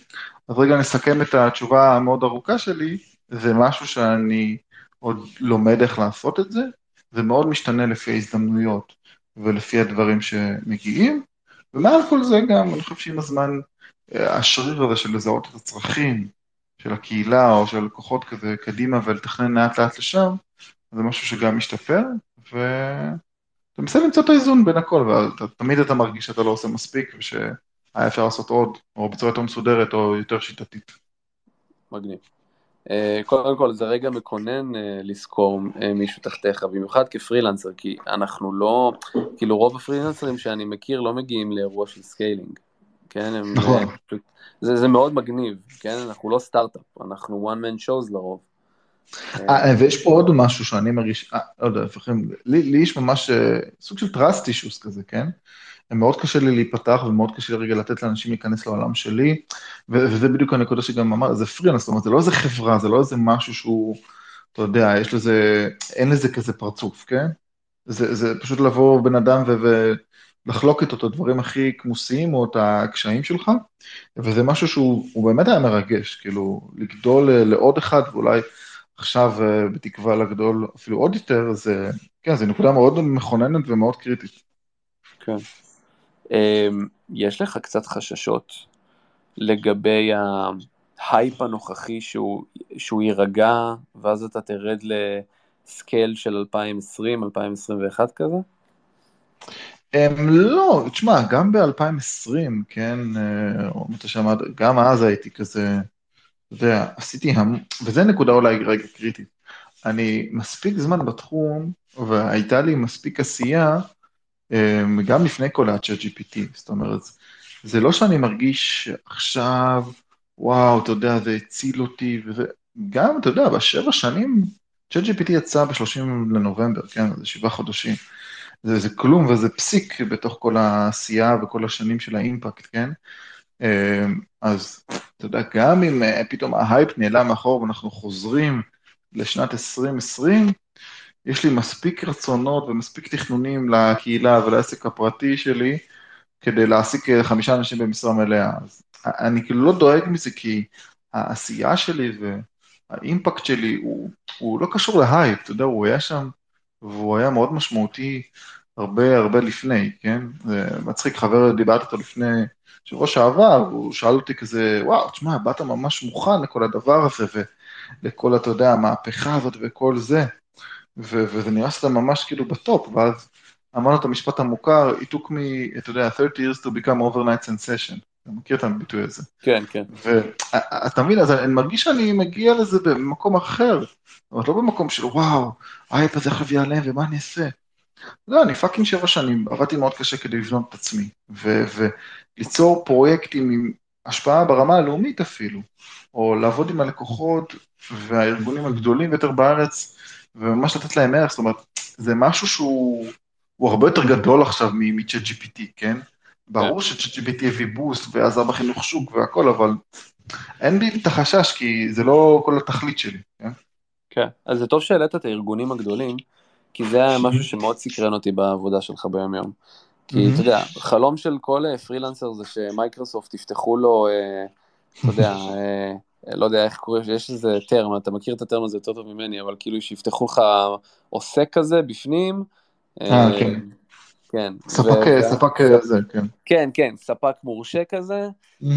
[SPEAKER 2] אז רגע נסכם את התשובה המאוד ארוכה שלי, זה משהו שאני עוד לומד איך לעשות את זה, זה מאוד משתנה לפי ההזדמנויות ולפי הדברים שמגיעים, ומעל כל זה גם, אני חושב שעם הזמן, אה, השריר הזה של לזהות את הצרכים של הקהילה או של הלקוחות כזה קדימה ולתכנן לאט לאט לשם, זה משהו שגם משתפר, ו... אתה מנסה למצוא את האיזון בין הכל, ותמיד אתה מרגיש שאתה לא עושה מספיק, ושהיה אפשר לעשות עוד, או בצורה יותר מסודרת, או יותר שיטתית.
[SPEAKER 1] מגניב. אה, קודם כל, זה רגע מקונן אה, לזכור אה, מישהו תחתיך, במיוחד כפרילנסר, כי אנחנו לא, כאילו רוב הפרילנסרים שאני מכיר לא מגיעים לאירוע של סקיילינג, כן? הם, אה,
[SPEAKER 2] נכון.
[SPEAKER 1] פשוט, זה, זה מאוד מגניב, כן? אנחנו לא סטארט-אפ, אנחנו one man shows לרוב.
[SPEAKER 2] אה,
[SPEAKER 1] אה,
[SPEAKER 2] ויש פה עוד משהו שאני מרגיש, אה, לא יודע, לפעמים, לי, לי יש ממש אה, סוג של trust issues כזה, כן? מאוד קשה לי להיפתח ומאוד קשה לי רגע לתת לאנשים להיכנס לעולם שלי, ו- וזה בדיוק הנקודה שגם אמר, זה פרילנס, זאת אומרת, זה לא איזה חברה, זה לא איזה משהו שהוא, אתה יודע, יש לזה, אין לזה כזה פרצוף, כן? זה, זה פשוט לבוא בן אדם ו- ולחלוק איתו את הדברים הכי כמוסיים או את הקשיים שלך, וזה משהו שהוא הוא באמת היה מרגש, כאילו, לגדול אה, לעוד אחד, ואולי עכשיו אה, בתקווה לגדול אפילו עוד יותר, זה, כן, זה נקודה מאוד מכוננת ומאוד קריטית.
[SPEAKER 1] כן. אה, יש לך קצת חששות לגבי ההייפ הנוכחי שהוא, שהוא יירגע, ואז אתה תרד לסקייל של אלפיים עשרים אלפיים עשרים ואחת כזה?
[SPEAKER 2] הם לא, תשמע, גם ב-אלפיים ועשרים, כן, אה, או מתי שאמרת, גם אז הייתי כזה, אתה יודע, עשיתי המ... וזה נקודה אולי רגע קריטית. אני מספיק זמן בתחום, והייתה לי מספיק עשייה, אה, גם לפני כל ה-צ'אט ג'י פי טי, זאת אומרת, זה לא שאני מרגיש עכשיו, וואו, אתה יודע, זה הציל אותי, וזה, גם, אתה יודע, בשבע שנים, צ'אט ג'י פי טי יצא ב-שלושים לנובמבר, כן, זה שבעה חודשים. זה, זה כלום וזה פסיק בתוך כל העשייה וכל השנים של האימפקט, כן? אה, אז אתה יודע, גם אם אה, פתאום ההייפ נעלם מאחור ואנחנו חוזרים לשנת עשרים עשרים, יש לי מספיק רצונות ומספיק תכנונים לקהילה ולעסק הפרטי שלי, כדי להעסיק אה, חמישה אנשים במשרה מלאה. אז אני כאילו לא דואג מזה, כי העשייה שלי והאימפקט שלי הוא, הוא לא קשור להייפ, אתה יודע, הוא היה שם, והוא היה מאוד משמעותי הרבה הרבה לפני, כן? זה מצחיק, חבר, דיברתי איתו לפני שבוע שעבר, הוא שאל אותי כזה, וואו, תשמע, באת ממש מוכן לכל הדבר הזה, ולכל, אתה יודע, המהפכה הזאת וכל זה, ו- וזה נראה שאתה ממש כאילו בטופ, ואז אמרנו את המשפט המוכר, it took me, אתה יודע, thirty years to become overnight sensation. אתה מכיר את הביטוי הזה.
[SPEAKER 1] כן, כן.
[SPEAKER 2] ואתה מבין, אז אני מרגיש שאני מגיע לזה במקום אחר, זאת אומרת, לא במקום של וואו, האייפ הזה עכשיו ייעלם ומה אני אעשה? לא, אני פאקינג שבע שנים, עבדתי מאוד קשה כדי לבנות את עצמי, ו- וליצור פרויקטים עם השפעה ברמה הלאומית אפילו, או לעבוד עם הלקוחות והארגונים הגדולים יותר בארץ, וממש לתת להם ערך, זאת אומרת, זה משהו שהוא הוא הרבה יותר גדול עכשיו מ-צ'אט ג'י פי טי, כן?
[SPEAKER 1] כן.
[SPEAKER 2] ברור ש-צ'אט ג'י פי טי הביא בוסט ועזר בחינוך שוק והכל, אבל אין לי את החשש, כי זה לא כל התכלית שלי, כן?
[SPEAKER 1] כן, אז זה טוב שהעלית את הארגונים הגדולים, כי זה היה משהו שמאוד סקרן אותי בעבודה שלך ביום יום. כי אתה יודע, חלום של כל אה, פרילנסר זה שמייקרוסופט יפתחו לו, אה, אתה יודע, אה, לא יודע איך קוראים, יש איזה טרם, אתה מכיר את הטרם הזה יותר טוב ממני, אבל כאילו שיפתחו לך עוסק כזה בפנים,
[SPEAKER 2] אה,
[SPEAKER 1] אה,
[SPEAKER 2] כן.
[SPEAKER 1] כן, ו,
[SPEAKER 2] ספק,
[SPEAKER 1] ו,
[SPEAKER 2] ספק
[SPEAKER 1] ס,
[SPEAKER 2] זה, כן.
[SPEAKER 1] כן, כן, ספק מורשה כזה,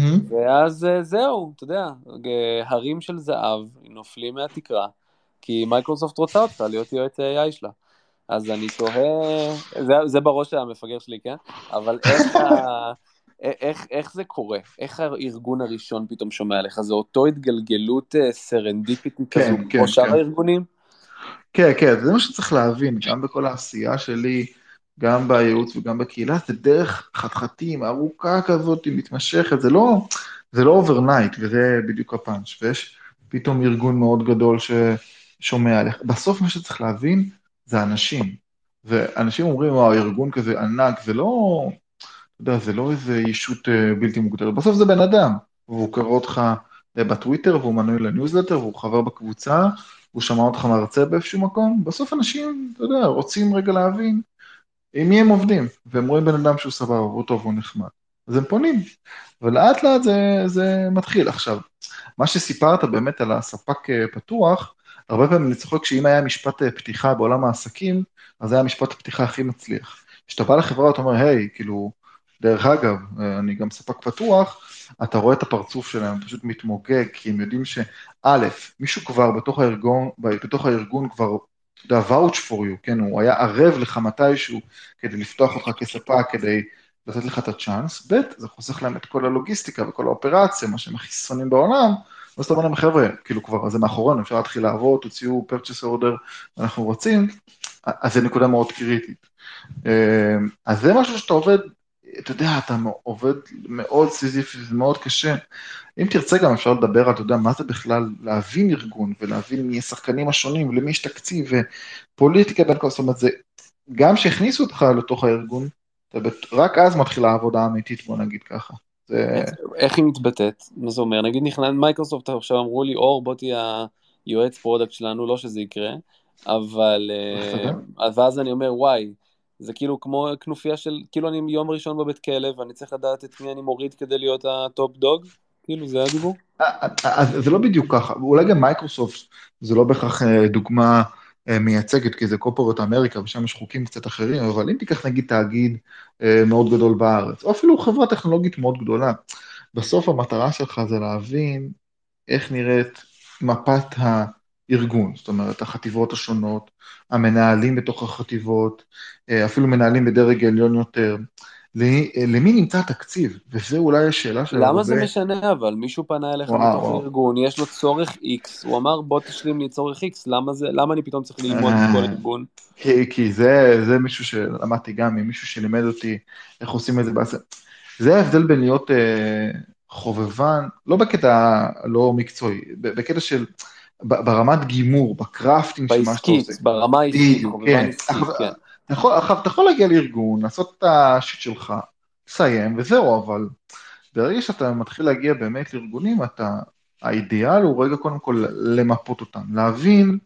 [SPEAKER 1] ואז אה, זהו, אתה יודע, אה, הרים של זהב נופלים מהתקרה, כי מייקרוסופט רוצה אותך להיות יועץ ה-איי איי שלה. אז אני תוהה, זה, זה בראש המפגר שלי, כן? אבל איך, ה, איך, איך זה קורה? איך הארגון הראשון פתאום שומע לך? זה אותו התגלגלות אה, סרנדיפיטי כזו
[SPEAKER 2] כן,
[SPEAKER 1] כמו
[SPEAKER 2] כן,
[SPEAKER 1] שאר
[SPEAKER 2] כן.
[SPEAKER 1] הארגונים?
[SPEAKER 2] כן, כן, זה מה שצריך להבין, גם בכל העשייה שלי, גם בייעוץ וגם בקהילה, זה דרך חתחתים, ארוכה כזאת, מתמשכת, זה לא, זה לא אוברנייט, וזה בדיוק הפאנץ', ויש פתאום ארגון מאוד גדול ששומע עליך. בסוף מה שצריך להבין זה אנשים, ואנשים אומרים, וואו, ארגון כזה ענק, זה לא, אתה יודע, זה לא איזה ישות אה, בלתי מוגדרת, בסוף זה בן אדם, והוא קורא אותך אה, בטוויטר, והוא מנוי לניוזלטר, והוא חבר בקבוצה, הוא שמע אותך מרצה באיזשהו מקום, בסוף אנשים, אתה יודע, רוצים רגע להבין עם מי הם עובדים, והם רואים בן אדם שהוא סבבה, הוא טוב, הוא נחמד, אז הם פונים, ולאט לאט זה, זה מתחיל. עכשיו, מה שסיפרת באמת על הספק אה, פתוח, הרבה פעמים אני צוחק שאם היה משפט אה, פתיחה בעולם העסקים, אז זה היה משפט הפתיחה הכי מצליח. כשאתה בא לחברה, אתה אומר, היי, כאילו, דרך אגב, אה, אני גם ספק פתוח, אתה רואה את הפרצוף שלהם, פשוט מתמוגג, כי הם יודעים שא', מישהו כבר בתוך הארגון, בתוך הארגון כבר אתה יודע, vouch for you, כן, הוא היה ערב לך מתישהו כדי לפתוח אותך כספק, כדי לתת לך את הצ'אנס, ב' זה חוסך להם את כל הלוגיסטיקה וכל האופרציה, מה שהם הכי שונאים בעולם, אז אתה אומר להם, חבר'ה, כאילו כבר זה מאחורינו, אפשר להתחיל לעבוד, תוציאו purchase order, אנחנו רוצים, אז זה נקודה מאוד קריטית. אז זה משהו שאתה עובד, אתה יודע, אתה עובד מאוד סיזיפי, זה מאוד קשה. אם תרצה גם אפשר לדבר על, אתה יודע, מה זה בכלל להבין ארגון, ולהבין מי השחקנים השונים, ולמי יש תקציב, ופוליטיקה בין כל, זאת אומרת, זה, גם שהכניסו אותך לתוך הארגון, רק אז מתחילה העבודה האמיתית, בוא נגיד ככה. זה...
[SPEAKER 1] איך היא מתבטאת? מה זה אומר? נגיד נכנס מייקרוסופט, עכשיו אמרו לי, אור, בוא תהיה היועץ פרודקט שלנו, לא שזה יקרה, אבל, ואז אני אומר, וואי, זה כאילו כמו כנופיה של, כאילו אני יום ראשון בבית כלב, ואני צריך לדעת את מי אני מוריד כדי להיות הטופ דוג, כאילו זה הדיבור?
[SPEAKER 2] אז זה לא בדיוק ככה, אולי גם מייקרוסופט זה לא בהכרח דוגמה מייצגת, כי זה קורפורט אמריקה, ושם יש חוקים קצת אחרים, אבל אם תיקח נגיד תאגיד מאוד גדול בארץ, או אפילו חברה טכנולוגית מאוד גדולה, בסוף המטרה שלך זה להבין איך נראית מפת הארגון, זאת אומרת, החטיבות השונות, המנהלים בתוך החטיבות, אפילו מנהלים בדרג עליון יותר, למי נמצא התקציב? וזו אולי השאלה של הרבה...
[SPEAKER 1] למה זה משנה אבל? מישהו פנה אליך מתוך הארגון, יש לו צורך X, הוא אמר בוא תשלים לי צורך X, למה זה, למה אני פתאום צריך ללמוד את כל הארגון?
[SPEAKER 2] כי, כי זה, זה מישהו שלמדתי גם, מישהו שלימד אותי איך עושים את זה בעצם. זה ההבדל בין להיות אה, חובבן, לא בקטע לא מקצועי, בקטע של, ברמת גימור, בקראפטינג של מה שאתה עושה.
[SPEAKER 1] בעסקית, ברמה העסקית, חובבן עסקית, כן.
[SPEAKER 2] אתה יכול, אתה יכול להגיע לארגון, לעשות את השיט שלך, לסיים וזהו, אבל ברגע שאתה מתחיל להגיע באמת לארגונים, אתה, האידיאל הוא רגע קודם כל למפות אותם, להבין,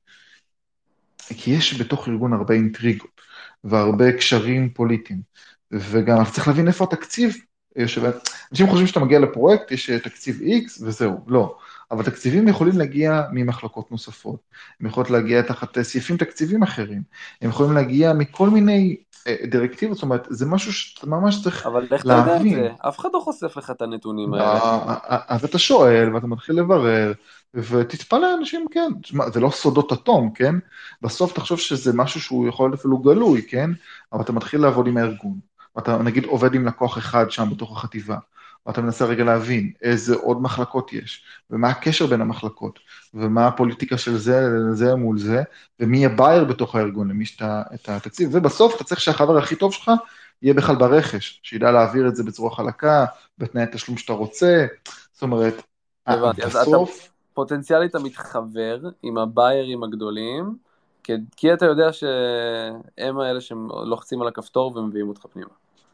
[SPEAKER 2] כי יש בתוך ארגון הרבה אינטריגות, והרבה קשרים פוליטיים, וגם צריך להבין איפה התקציב יושב. אנשים חושבים שאתה מגיע לפרויקט, יש תקציב X וזהו, לא. אבל תקציבים יכולים להגיע ממחלקות נוספות, הם יכולים להגיע תחת סעיפים תקציבים אחרים, הם יכולים להגיע מכל מיני דירקטיבות, זאת אומרת, זה משהו שאתה ממש צריך להבין.
[SPEAKER 1] אבל איך אתה יודע את זה? אף אחד לא חושף לך את הנתונים האלה.
[SPEAKER 2] אז אתה שואל, ואתה מתחיל לברר, ותתפלא אנשים, כן, זה לא סודות אטום, כן? בסוף תחשוב שזה משהו שהוא יכול אפילו גלוי, כן? אבל אתה מתחיל לעבוד עם הארגון, ואתה נגיד עובד עם לקוח אחד שם בתוך החטיבה, ואתה מנסה רגע להבין איזה עוד מחלקות יש, ומה הקשר בין המחלקות, ומה הפוליטיקה של זה, זה מול זה, ומי הבייר בתוך הארגון, למי יש את התקציב, ובסוף אתה צריך שהחבר הכי טוב שלך יהיה בכלל ברכש, שידע להעביר את זה בצורה חלקה, בתנאי תשלום שאתה רוצה, זאת אומרת,
[SPEAKER 1] הבנתי, אז אתה פוטנציאלית אתה מתחבר עם הביירים הגדולים, כי אתה יודע שהם האלה שלוחצים על הכפתור ומביאים אותך פנימה.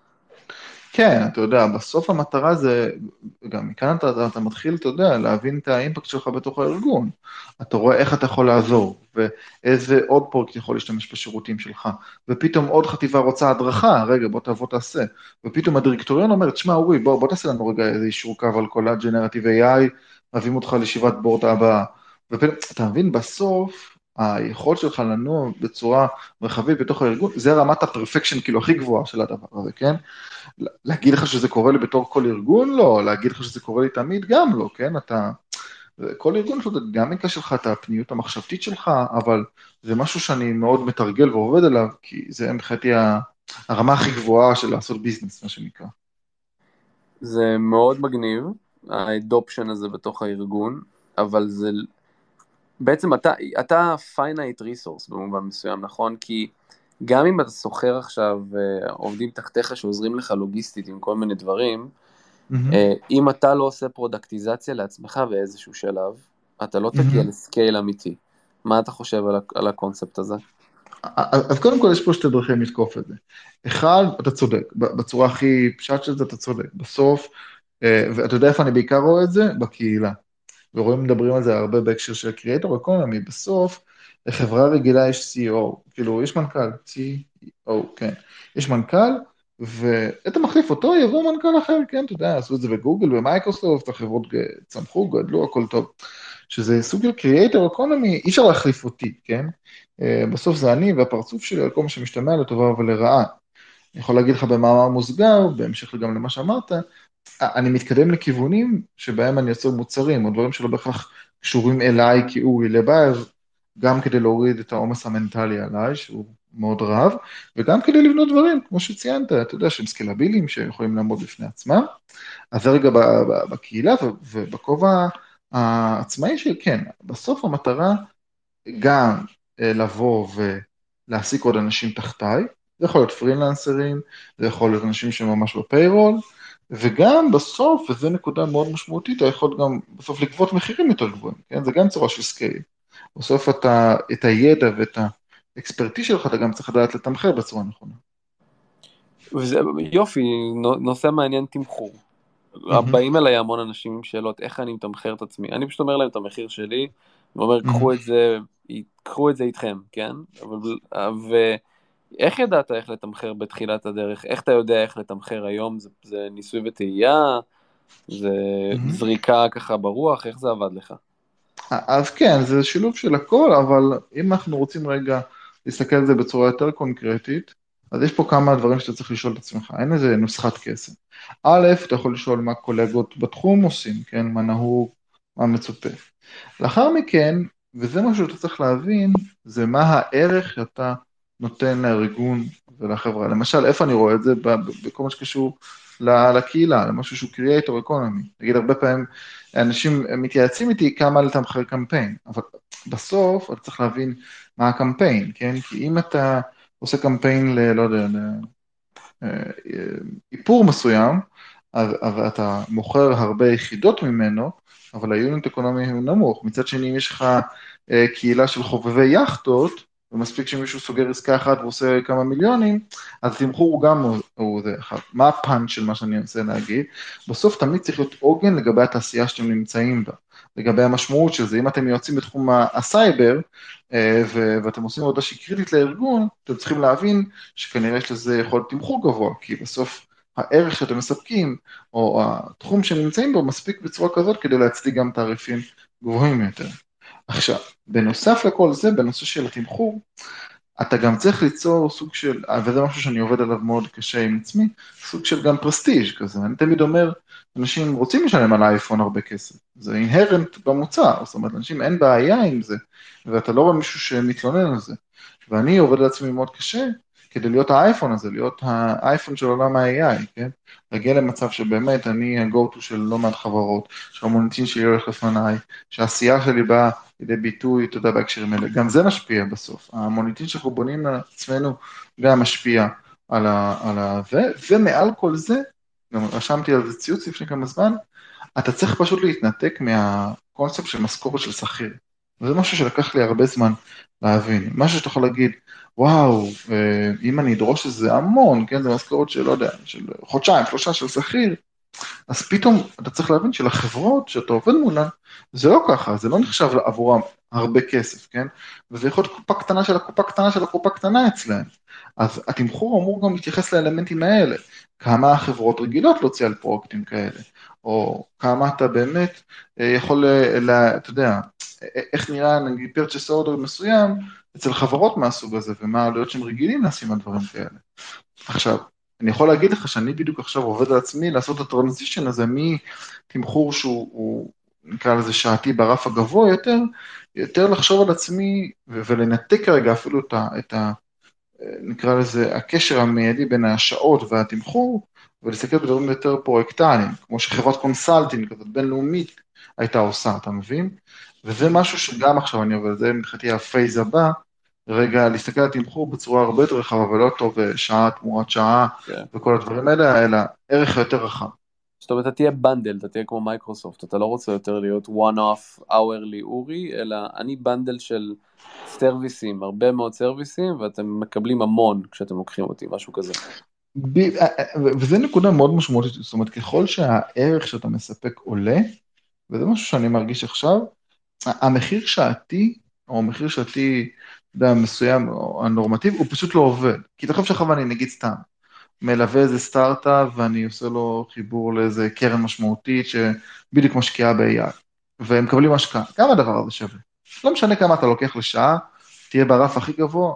[SPEAKER 2] כן, אתה יודע, בסוף המטרה זה, גם מכאן אתה, אתה מתחיל, אתה יודע, להבין את האימפקט שלך בתוך הארגון. אתה רואה איך אתה יכול לעזור, ואיזה עוד פרויקט יכול להשתמש בשירותים שלך, ופתאום עוד חטיבה רוצה הדרכה, רגע, בוא תבוא תעשה, ופתאום הדירקטוריון אומר, תשמע, אורי, בוא, בוא תעשה לנו רגע איזה אישור קו על כל הג'נרטיב איי איי, מביאים אותך לישיבת בורד הבאה, ופתאום, אתה מבין, בסוף, היכולת שלך לנוע בצורה מרחבית בתוך הארגון, זה רמת הפרפקשן, כאילו, הכי גבוהה של הדבר הזה, כן? להגיד לך שזה קורה לי בתור כל ארגון? לא. להגיד לך שזה קורה לי תמיד? גם לא, כן? אתה... כל ארגון שלו, גם יקש לך את הפניות המחשבתית שלך, אבל זה משהו שאני מאוד מתרגל ועובד עליו, כי זה מבחינתי הרמה הכי גבוהה של לעשות ביזנס, מה שנקרא.
[SPEAKER 1] זה מאוד מגניב, האדופשן הזה בתוך הארגון, אבל זה... בעצם אתה, אתה finite resource במובן מסוים, נכון? כי גם אם אתה סוחר עכשיו עובדים תחתיך שעוזרים לך לוגיסטית עם כל מיני דברים, mm-hmm. אם אתה לא עושה פרודקטיזציה לעצמך באיזשהו שלב, אתה לא תגיע mm-hmm. לסקייל אמיתי. מה אתה חושב על, על הקונספט הזה?
[SPEAKER 2] אז קודם כל יש פה שתי דרכים לתקוף את זה. אחד, אתה צודק, בצורה הכי פשט של זה אתה צודק. בסוף, ואתה יודע איפה אני בעיקר רואה את זה? בקהילה. ורואים מדברים על זה הרבה בהקשר של קריאטור אקונומי, בסוף לחברה רגילה יש סי אי או, כאילו יש מנכ"ל, סי אי או, כן, יש מנכ"ל, ואתה מחליף אותו, יבוא מנכ"ל אחר, כן, אתה יודע, עשו את זה בגוגל, במייקרוסופט, החברות צמחו, גדלו, הכל טוב, שזה סוג של קריאטור אקונומי, אי אפשר להחליף אותי, כן, בסוף זה אני והפרצוף שלי, על כל מה שמשתמע לטובה ולרעה, אני יכול להגיד לך במאמר מוסגר, בהמשך גם למה שאמרת, אני מתקדם לכיוונים שבהם אני יוצר מוצרים, או דברים שלא בהכרח קשורים אליי כאורי לבייב, גם כדי להוריד את העומס המנטלי עליי, שהוא מאוד רב, וגם כדי לבנות דברים, כמו שציינת, אתה יודע, שהם סקלביליים, שיכולים לעמוד בפני עצמם. אז זה רגע ב- ב- בקהילה ובכובע העצמאי של כן, בסוף המטרה גם אה, לבוא ולהעסיק עוד אנשים תחתיי, זה יכול להיות פרילנסרים, זה יכול להיות אנשים שממש בפיירול, וגם בסוף, וזו נקודה מאוד משמעותית, אתה יכול גם בסוף לגבות מחירים יותר גבוהים, כן? זה גם צורה של סקייל. בסוף אתה, את הידע ואת האקספרטי שלך, אתה גם צריך לדעת לתמחר בצורה נכונה.
[SPEAKER 1] וזה, יופי, נו- נושא מעניין תמחור.
[SPEAKER 2] מהמם,
[SPEAKER 1] באים אליי המון אנשים עם שאלות, איך אני מתמחר את עצמי? אני פשוט אומר להם את המחיר שלי, ואומר,
[SPEAKER 2] מהמם.
[SPEAKER 1] קחו את זה, קחו את זה איתכם, כן? אבל, ואיך ידעת איך לתמחר בתחילת הדרך? איך אתה יודע איך לתמחר היום? זה, זה ניסוי וטעייה? זה
[SPEAKER 2] מהמם.
[SPEAKER 1] זריקה ככה ברוח? איך זה עבד לך?
[SPEAKER 2] אז כן, זה שילוב של הכל, אבל אם אנחנו רוצים רגע להסתכל על זה בצורה יותר קונקרטית, אז יש פה כמה דברים שאתה צריך לשאול את עצמך, אין איזה נוסחת קסם. א', אתה יכול לשאול מה קולגות בתחום עושים, כן, מה נהוג, מה מצופה. לאחר מכן, וזה משהו שאתה צריך להבין, זה מה הערך שאתה נותן לארגון ולחברה. למשל, איפה אני רואה את זה? ב- ב- בכל מה שקשור ל- לקהילה, למשהו שהוא Creator Economy. נגיד, הרבה פעמים אנשים מתייעצים איתי כמה לתמחר קמפיין, אבל בסוף אתה צריך להבין מה הקמפיין, כן? כי אם אתה עושה קמפיין ל... לא יודע, אה, איפור מסוים, אז, אז אתה מוכר הרבה יחידות ממנו, אבל היוניט אקונומי הוא נמוך. מצד שני, אם יש לך אה, קהילה של חובבי יכטות, ומספיק שמישהו סוגר עסקה אחת ועושה כמה מיליונים, אז התמחור הוא גם הוא, הוא זה אחד. מה הפאנץ' של מה שאני רוצה להגיד? בסוף תמיד צריך להיות עוגן לגבי התעשייה שאתם נמצאים בה, לגבי המשמעות של זה. אם אתם יועצים בתחום הסייבר, אה, ו- ואתם עושים עבודה שהיא קריטית לארגון, אתם צריכים להבין שכנראה יש לזה יכול להיות תמחור גבוה, כי בסוף הערך שאתם מספקים, או התחום שנמצאים בו, מספיק בצורה כזאת כדי להצדיק גם תעריפים גבוהים יותר. עכשיו, בנוסף לכל זה, בנושא של התמחור, אתה גם צריך ליצור סוג של, וזה משהו שאני עובד עליו מאוד קשה עם עצמי, סוג של גם פרסטיג' כזה. אני תמיד אומר, אנשים רוצים לשלם על האייפון הרבה כסף, זה אינהרנט במוצר, זאת אומרת, אנשים אין בעיה עם זה, ואתה לא רואה מישהו שמתלונן על זה. ואני עובד על עצמי מאוד קשה, כדי להיות האייפון הזה, להיות האייפון של עולם ה-איי איי, כן? להגיע למצב שבאמת אני ה-go to של לא מעט חברות, שהמוניטין שלי הולך לפניי, שהעשייה שלי באה לידי ביטוי, אתה יודע, בהקשרים האלה. גם זה משפיע בסוף. המוניטין שאנחנו בונים לעצמנו גם משפיע על ה... על ה ו, ומעל כל זה, גם רשמתי על זה ציוץ לפני כמה זמן, אתה צריך פשוט להתנתק מהקונספט של משכורת של שכיר. וזה משהו שלקח לי הרבה זמן להבין. משהו שאתה יכול להגיד, וואו, אה, אם אני אדרוש איזה המון, כן, זה משכורת של, לא יודע, של חודשיים, שלושה של שכיר, אז פתאום אתה צריך להבין שלחברות שאתה עובד מולן, זה לא ככה, זה לא נחשב עבורם הרבה כסף, כן? וזה יכול להיות קופה קטנה של הקופה קטנה של הקופה קטנה אצלהם. אז התמחור אמור גם להתייחס לאלמנטים האלה. כמה החברות רגילות להוציא על פרויקטים כאלה, או כמה אתה באמת אה, יכול, אה, לה, אתה יודע, אה, איך נראה נגיד purchase order מסוים אצל חברות מהסוג הזה, ומה העלויות שהם רגילים לשים על דברים כאלה. עכשיו, אני יכול להגיד לך שאני בדיוק עכשיו עובד על עצמי לעשות את הטרנזישן הזה מתמחור שהוא, הוא, נקרא לזה שעתי ברף הגבוה יותר, יותר לחשוב על עצמי ו- ולנתק כרגע אפילו את ה... את ה נקרא לזה הקשר המיידי בין השעות והתמחור, ולהסתכל בדברים יותר פרויקטליים, כמו שחברת קונסלטינג כזאת בינלאומית הייתה עושה, אתה מבין? וזה משהו שגם עכשיו אני עובד, זה מבחינתי הפייז הבא, רגע להסתכל על תמחור בצורה הרבה יותר רחבה, ולא טוב אה, שעה תמורת שעה
[SPEAKER 1] כן.
[SPEAKER 2] וכל הדברים האלה, אלא ערך יותר רחב.
[SPEAKER 1] זאת אומרת, אתה תהיה בנדל, אתה תהיה כמו מייקרוסופט, אתה לא רוצה יותר להיות one-off hourly אורי, אלא אני בנדל של סרוויסים, הרבה מאוד סרוויסים, ואתם מקבלים המון כשאתם לוקחים אותי, משהו כזה.
[SPEAKER 2] ב- אה, אה, וזה נקודה מאוד משמעותית, זאת אומרת, ככל שהערך שאתה מספק עולה, וזה משהו שאני מרגיש עכשיו, המחיר שעתי, או מחיר שעתי, אתה יודע, מסוים, או הנורמטיבי, הוא פשוט לא עובד. כי תחשוב שאחר אני נגיד סתם, מלווה איזה סטארט-אפ, ואני עושה לו חיבור לאיזה קרן משמעותית, שבדיוק משקיעה ב-איי איי, והם מקבלים השקעה. כמה הדבר הזה שווה? לא משנה כמה אתה לוקח לשעה, תהיה ברף הכי גבוה,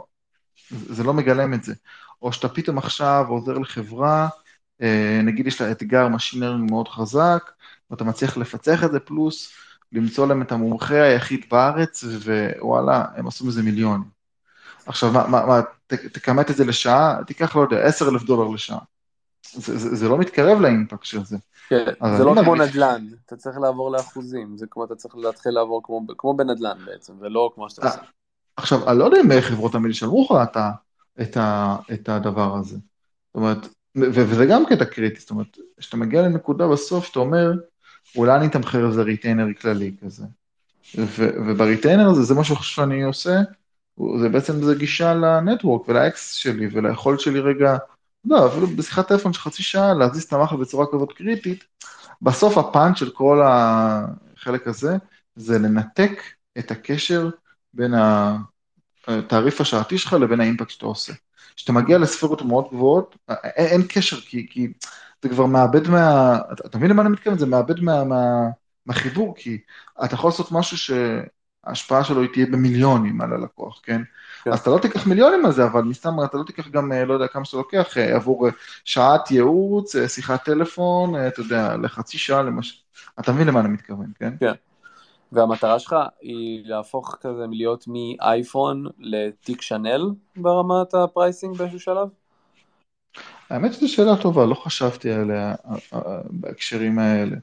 [SPEAKER 2] זה לא מגלם את זה. או שאתה פתאום עכשיו עוזר לחברה, אה, נגיד יש לה אתגר משין לרנינג מאוד חזק, ואתה מצליח לפצח את זה פלוס, למצוא להם את המומחה היחיד בארץ, ווואלה, הם עשו מזה מיליון. עכשיו, מה, מה, מה, ת, תכמת את זה לשעה, תיקח, לא יודע, עשרת אלפים דולר לשעה. זה, זה, זה לא מתקרב לאימפקט של זה.
[SPEAKER 1] כן,
[SPEAKER 2] אז
[SPEAKER 1] זה
[SPEAKER 2] אני
[SPEAKER 1] לא כמו
[SPEAKER 2] מרגיש,
[SPEAKER 1] נדל"ן, אתה צריך לעבור לאחוזים, זה כמו אתה צריך להתחיל לעבור כמו, כמו בנדל"ן בעצם, ולא כמו שאתה
[SPEAKER 2] אה,
[SPEAKER 1] עושה.
[SPEAKER 2] עכשיו, אני לא יודע אם חברות המיל ישלמו לך את, ה- את, ה- את הדבר הזה. זאת אומרת, ו- וזה גם קטע קריטי, זאת אומרת, כשאתה מגיע לנקודה בסוף, שאתה אומר, אולי אני אתמחר איזה ריטיינר כללי כזה. ו- ובריטיינר הזה, זה משהו שאני עושה, הוא- זה בעצם זה גישה לנטוורק ולאקס שלי וליכולת שלי רגע, לא, אפילו בשיחת טלפון של חצי שעה להזיז את המחל בצורה כזאת קריטית, בסוף הפאנץ' של כל החלק הזה, זה לנתק את הקשר בין התעריף השעתי שלך לבין האימפקט שאתה עושה. כשאתה מגיע לספירות מאוד גבוהות, אין, אין קשר, כי, כי זה כבר מאבד מה... אתה אתה מבין למה אני מתכוון? זה מאבד מה, מה, מהחיבור, כי אתה יכול לעשות משהו שההשפעה שלו היא תהיה במיליונים על הלקוח, כן?
[SPEAKER 1] כן.
[SPEAKER 2] אז אתה לא תיקח מיליונים על זה, אבל מסתם אתה לא תיקח גם, לא יודע כמה שאתה לוקח, עבור שעת ייעוץ, שיחת טלפון, אתה יודע, לחצי שעה, למש... אתה מבין למה אני מתכוון, כן?
[SPEAKER 1] כן. והמטרה שלך היא להפוך כזה מלהיות מאייפון לתיק שנל ברמת הפרייסינג באיזשהו שלב?
[SPEAKER 2] האמת שזו שאלה טובה, לא חשבתי עליה אה, אה, בהקשרים האלה.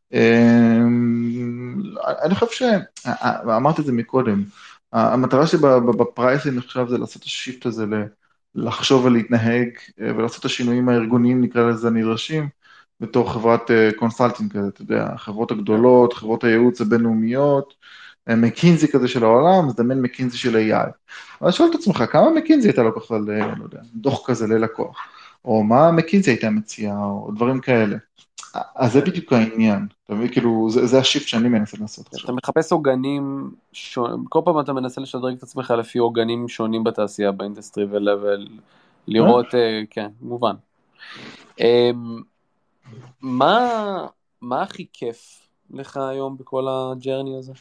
[SPEAKER 2] אמ, אני חושב ש... אה, אה, אמרתי את זה מקודם, המטרה שבפרייסינג עכשיו זה לעשות את השיפט הזה, ל- לחשוב ולהתנהג אה, ולעשות את השינויים הארגוניים, נקרא לזה, הנדרשים, בתור חברת קונסלטינג כזה, אתה יודע, החברות
[SPEAKER 1] כן.
[SPEAKER 2] הגדולות, חברות הייעוץ הבינלאומיות, מקינזי כזה של העולם, מזדמן מקינזי של איי איי. אז שואל את עצמך, כמה מקינזי אתה לוקח על, אה, לא יודע, דוח כזה ללקוח? או מה מקינזי הייתה מציעה, או דברים כאלה. אז זה
[SPEAKER 1] כן.
[SPEAKER 2] בדיוק העניין, אתה מבין? כאילו, זה, זה השיפט שאני מנסה לעשות עכשיו.
[SPEAKER 1] אתה מחפש עוגנים, שונים, כל פעם אתה מנסה לשדרג את עצמך לפי עוגנים שונים בתעשייה, באינדסטרי
[SPEAKER 2] אה?
[SPEAKER 1] ולראות, אה, כן, מובן. אמ, מה, מה הכי כיף לך היום בכל הג'רני הזה?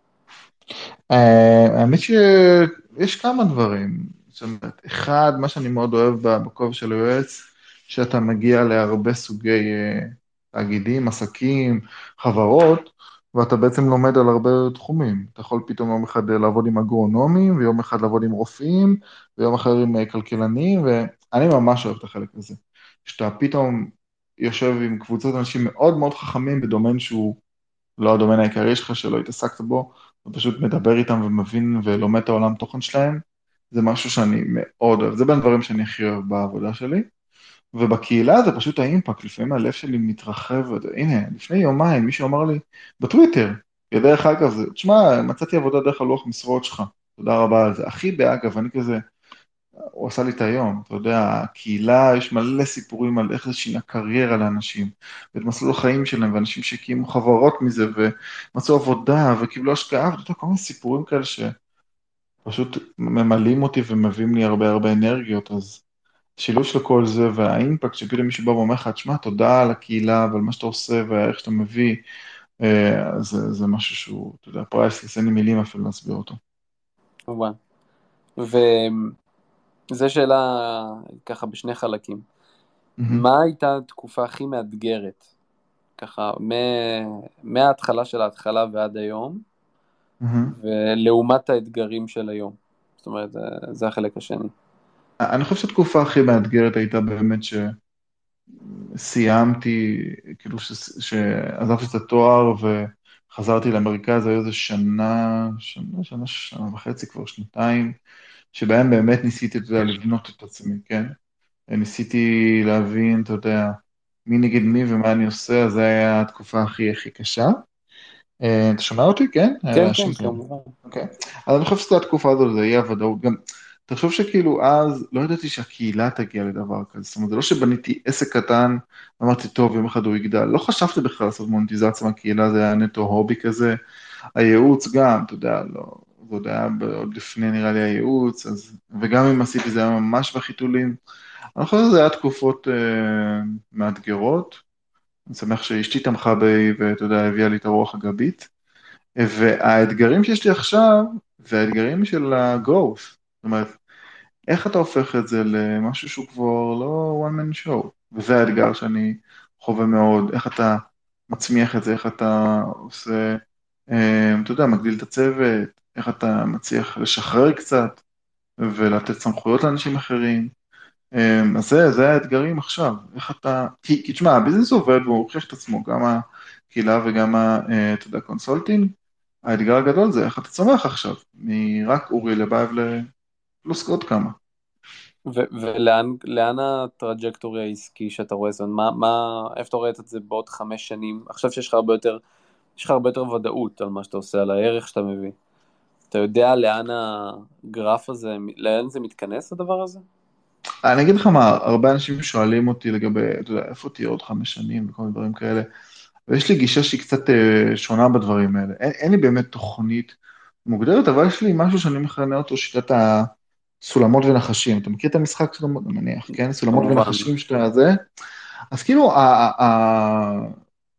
[SPEAKER 2] אה, האמת שיש כמה דברים. זאת אומרת, אחד, מה שאני מאוד אוהב בכובע של היועץ, שאתה מגיע להרבה סוגי אה, תאגידים, עסקים, חברות, ואתה בעצם לומד על הרבה תחומים. אתה יכול פתאום יום אחד לעבוד עם אגרונומים, ויום אחד לעבוד עם רופאים, ויום אחר עם אה, כלכלנים, ואני ממש אוהב את החלק הזה. שאתה פתאום יושב עם קבוצות אנשים מאוד מאוד חכמים בדומיין שהוא לא הדומיין העיקרי שלך, שלא התעסקת בו, ופשוט מדבר איתם ומבין ולומד את העולם תוכן שלהם, זה משהו שאני מאוד אוהב, זה בין הדברים שאני הכי אוהב בעבודה שלי, ובקהילה זה פשוט האימפקט, לפעמים הלב שלי מתרחב, וד- הנה, לפני יומיים מישהו אמר לי, בטוויטר, דרך אגב, זה, תשמע, מצאתי עבודה דרך הלוח משרות שלך, תודה רבה על זה, אחי באגב, אני כזה, הוא עשה לי את היום, אתה יודע, הקהילה, יש מלא סיפורים על איך זה שינה קריירה לאנשים, ואת מסלול החיים שלהם, ואנשים שהקימו חברות מזה, ומצאו עבודה, וקיבלו השקעה, ואתה יודע, כל מיני סיפורים כאלה שפשוט ממלאים אותי ומביאים לי הרבה הרבה אנרגיות, אז שילוב של כל זה, והאימפקט שפתאום מישהו בא ואומר לך, תשמע, תודה על הקהילה, ועל מה שאתה עושה, ואיך שאתה מביא, אה, זה, זה משהו שהוא, אתה יודע, פרייסלס, אין לי מילים אפילו להסביר אותו.
[SPEAKER 1] כמובן. וזו שאלה ככה בשני חלקים.
[SPEAKER 2] מהמם,
[SPEAKER 1] מה הייתה התקופה הכי מאתגרת? ככה, מ- מההתחלה של ההתחלה ועד היום,
[SPEAKER 2] מהמם.
[SPEAKER 1] ולעומת האתגרים של היום. זאת אומרת, זה, זה החלק השני.
[SPEAKER 2] אני חושב שהתקופה הכי מאתגרת הייתה באמת שסיימתי, כאילו ש... שעזבתי את התואר וחזרתי למרכז, היו איזה שנה, שנה, שנה, שנה וחצי, כבר שנתיים, שבהם באמת ניסיתי, אתה יודע, לבנות את עצמי, כן? ניסיתי להבין, אתה יודע, מי נגד מי ומה אני עושה, אז זו הייתה התקופה הכי הכי קשה. אה, אתה שומע אותי? כן? היה
[SPEAKER 1] כן, כן,
[SPEAKER 2] רעשים כאלה.
[SPEAKER 1] כמובן.
[SPEAKER 2] אוקיי. אז אני חושב שזו התקופה הזו, זה אי הוודאות. גם, תחשוב שכאילו אז לא ידעתי שהקהילה תגיע לדבר כזה. זאת אומרת, זה לא שבניתי עסק קטן, אמרתי, טוב, יום אחד הוא יגדל. לא חשבתי בכלל לעשות מוניטיזציה מהקהילה, זה היה נטו הובי כזה. הייעוץ גם, אתה יודע, לא, זה עוד היה ב- עוד לפני נראה לי הייעוץ, אז, וגם אם עשיתי זה היה ממש בחיתולים. אני חושב שזה היה תקופות אה, מאתגרות. אני שמח שאשתי תמכה בי, ואתה יודע, הביאה לי את הרוח הגבית. והאתגרים שיש לי עכשיו, זה האתגרים של ה-growth. זאת אומרת, איך אתה הופך את זה למשהו שהוא כבר לא one man show? וזה האתגר שאני חווה מאוד, איך אתה מצמיח את זה, איך אתה עושה אתה יודע, מגדיל את הצוות, איך אתה מצליח לשחרר קצת ולתת סמכויות לאנשים אחרים. אז זה, זה האתגרים עכשיו, איך אתה, כי, כי תשמע, הביזנס עובד והוא הוכיח את עצמו, גם הקהילה וגם, ה- אה, אתה יודע, קונסולטינג, האתגר הגדול זה איך אתה צומח עכשיו, מרק אורי לבייב לפלוס עוד כמה.
[SPEAKER 1] ו- ולאן לאן הטראג'קטורי העסקי שאתה רואה? זאת אומרת, מה, מה, איפה אתה רואה את זה בעוד חמש שנים? עכשיו שיש לך הרבה יותר, יש לך הרבה יותר ודאות על מה שאתה עושה, על הערך שאתה מביא. אתה יודע לאן הגרף הזה, לאן זה מתכנס הדבר הזה?
[SPEAKER 2] אני אגיד לך מה, הרבה אנשים שואלים אותי לגבי, אתה יודע, איפה תהיה עוד חמש שנים וכל מיני דברים כאלה, ויש לי גישה שהיא קצת אה, שונה בדברים האלה. אין, אין לי באמת תוכנית מוגדרת, אבל יש לי משהו שאני מכנה אותו שיטת הסולמות ונחשים. אתה מכיר את המשחק סולמות, אני מניח, כן? סולמות
[SPEAKER 1] כמובן.
[SPEAKER 2] ונחשים שאתה זה. אז כאילו, ה- ה-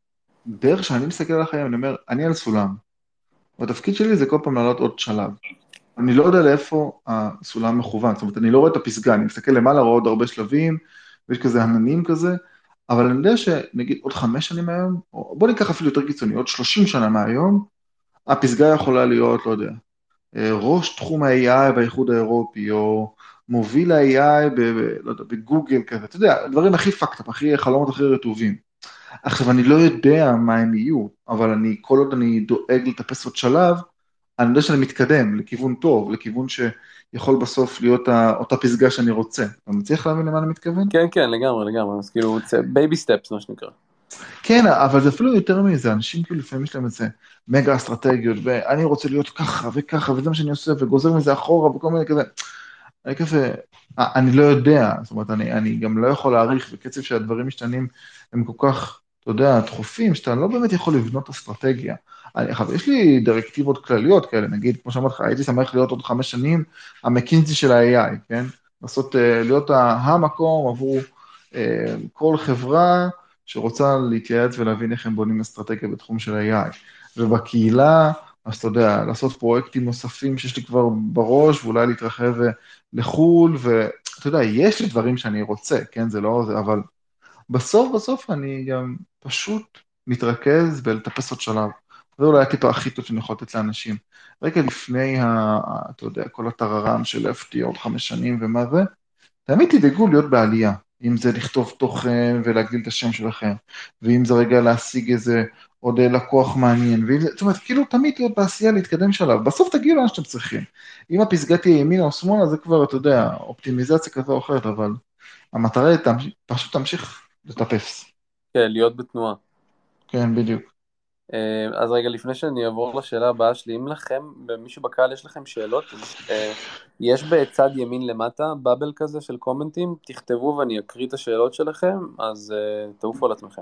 [SPEAKER 2] הדרך שאני מסתכל על החיים, אני אומר, אני על סולם, והתפקיד שלי זה כל פעם לעלות עוד שלב. אני לא יודע לאיפה הסולם מכוון, זאת אומרת, אני לא רואה את הפסגה, אני מסתכל למעלה, רואה עוד הרבה שלבים, ויש כזה עננים כזה, אבל אני יודע שנגיד עוד חמש שנים מהיום, או בוא ניקח אפילו יותר קיצוני, עוד שלושים שנה מהיום, הפסגה יכולה להיות, לא יודע, אה, ראש תחום ה-איי איי באיחוד האירופי, או מוביל ה-איי איי ב, ב, לא יודע, בגוגל כזה, אתה יודע, הדברים הכי פקטה, הכי חלומות הכי רטובים. עכשיו, אני לא יודע מה הם יהיו, אבל אני, כל עוד אני דואג לטפס עוד שלב, אני יודע שאני מתקדם לכיוון טוב, לכיוון שיכול בסוף להיות אותה פסגה שאני רוצה. אתה מצליח להבין למה אני מתכוון?
[SPEAKER 1] כן, כן, לגמרי, לגמרי. אז כאילו, בייבי סטפס, מה שנקרא.
[SPEAKER 2] כן, אבל זה אפילו יותר מזה, אנשים כאילו לפעמים יש להם איזה מגה אסטרטגיות, ואני רוצה להיות ככה וככה, וזה מה שאני עושה, וגוזר מזה אחורה, וכל מיני כזה. אני כזה, אני לא יודע, זאת אומרת, אני, אני גם לא יכול להעריך, בקצב שהדברים משתנים, הם כל כך, אתה יודע, דחופים, שאתה לא באמת יכול לבנות אסטרטגיה. אני, אבל יש לי דירקטיבות כלליות כאלה, נגיד, כמו שאמרתי לך, הייתי שמח להיות עוד חמש שנים, המקינזי של ה-איי איי, כן? לעשות, אה, להיות ה- המקום עבור אה, כל חברה שרוצה להתייעץ ולהבין איך הם בונים אסטרטגיה בתחום של ה-איי איי. ובקהילה, אז אתה יודע, לעשות פרויקטים נוספים שיש לי כבר בראש, ואולי להתרחב לחו"ל, ואתה יודע, יש לי דברים שאני רוצה, כן, זה לא זה, אבל בסוף בסוף אני גם פשוט מתרכז בלטפס עוד שלב. זה אולי הטיפ הכי טוב שאני יכול לתת לאנשים. רגע לפני, ה, ה- אתה יודע, כל הטררם של איפה תהיה עוד חמש שנים ומה זה, תמיד תדאגו להיות בעלייה, אם זה לכתוב תוכן ולהגדיל את השם שלכם, ואם זה רגע להשיג איזה עוד לקוח מעניין, ואם זה, זאת אומרת, כאילו תמיד להיות בעשייה, להתקדם שלב, בסוף תגיעו לאן שאתם צריכים. אם הפסגה תהיה ימינה או שמאלה, זה כבר, אתה יודע, אופטימיזציה כזו או אחרת, אבל המטרה היא תמש... פשוט תמשיך לטפס.
[SPEAKER 1] כן, להיות בתנועה.
[SPEAKER 2] כן, בדיוק.
[SPEAKER 1] אה, אז רגע, לפני שאני אעבור לשאלה הבאה שלי, אם לכם, במישהו בקהל יש לכם שאלות, אז, אה, יש בצד ימין למטה באבל כזה של קומנטים, תכתבו ואני אקריא את השאלות שלכם, אז אה, תעופו על עצמכם.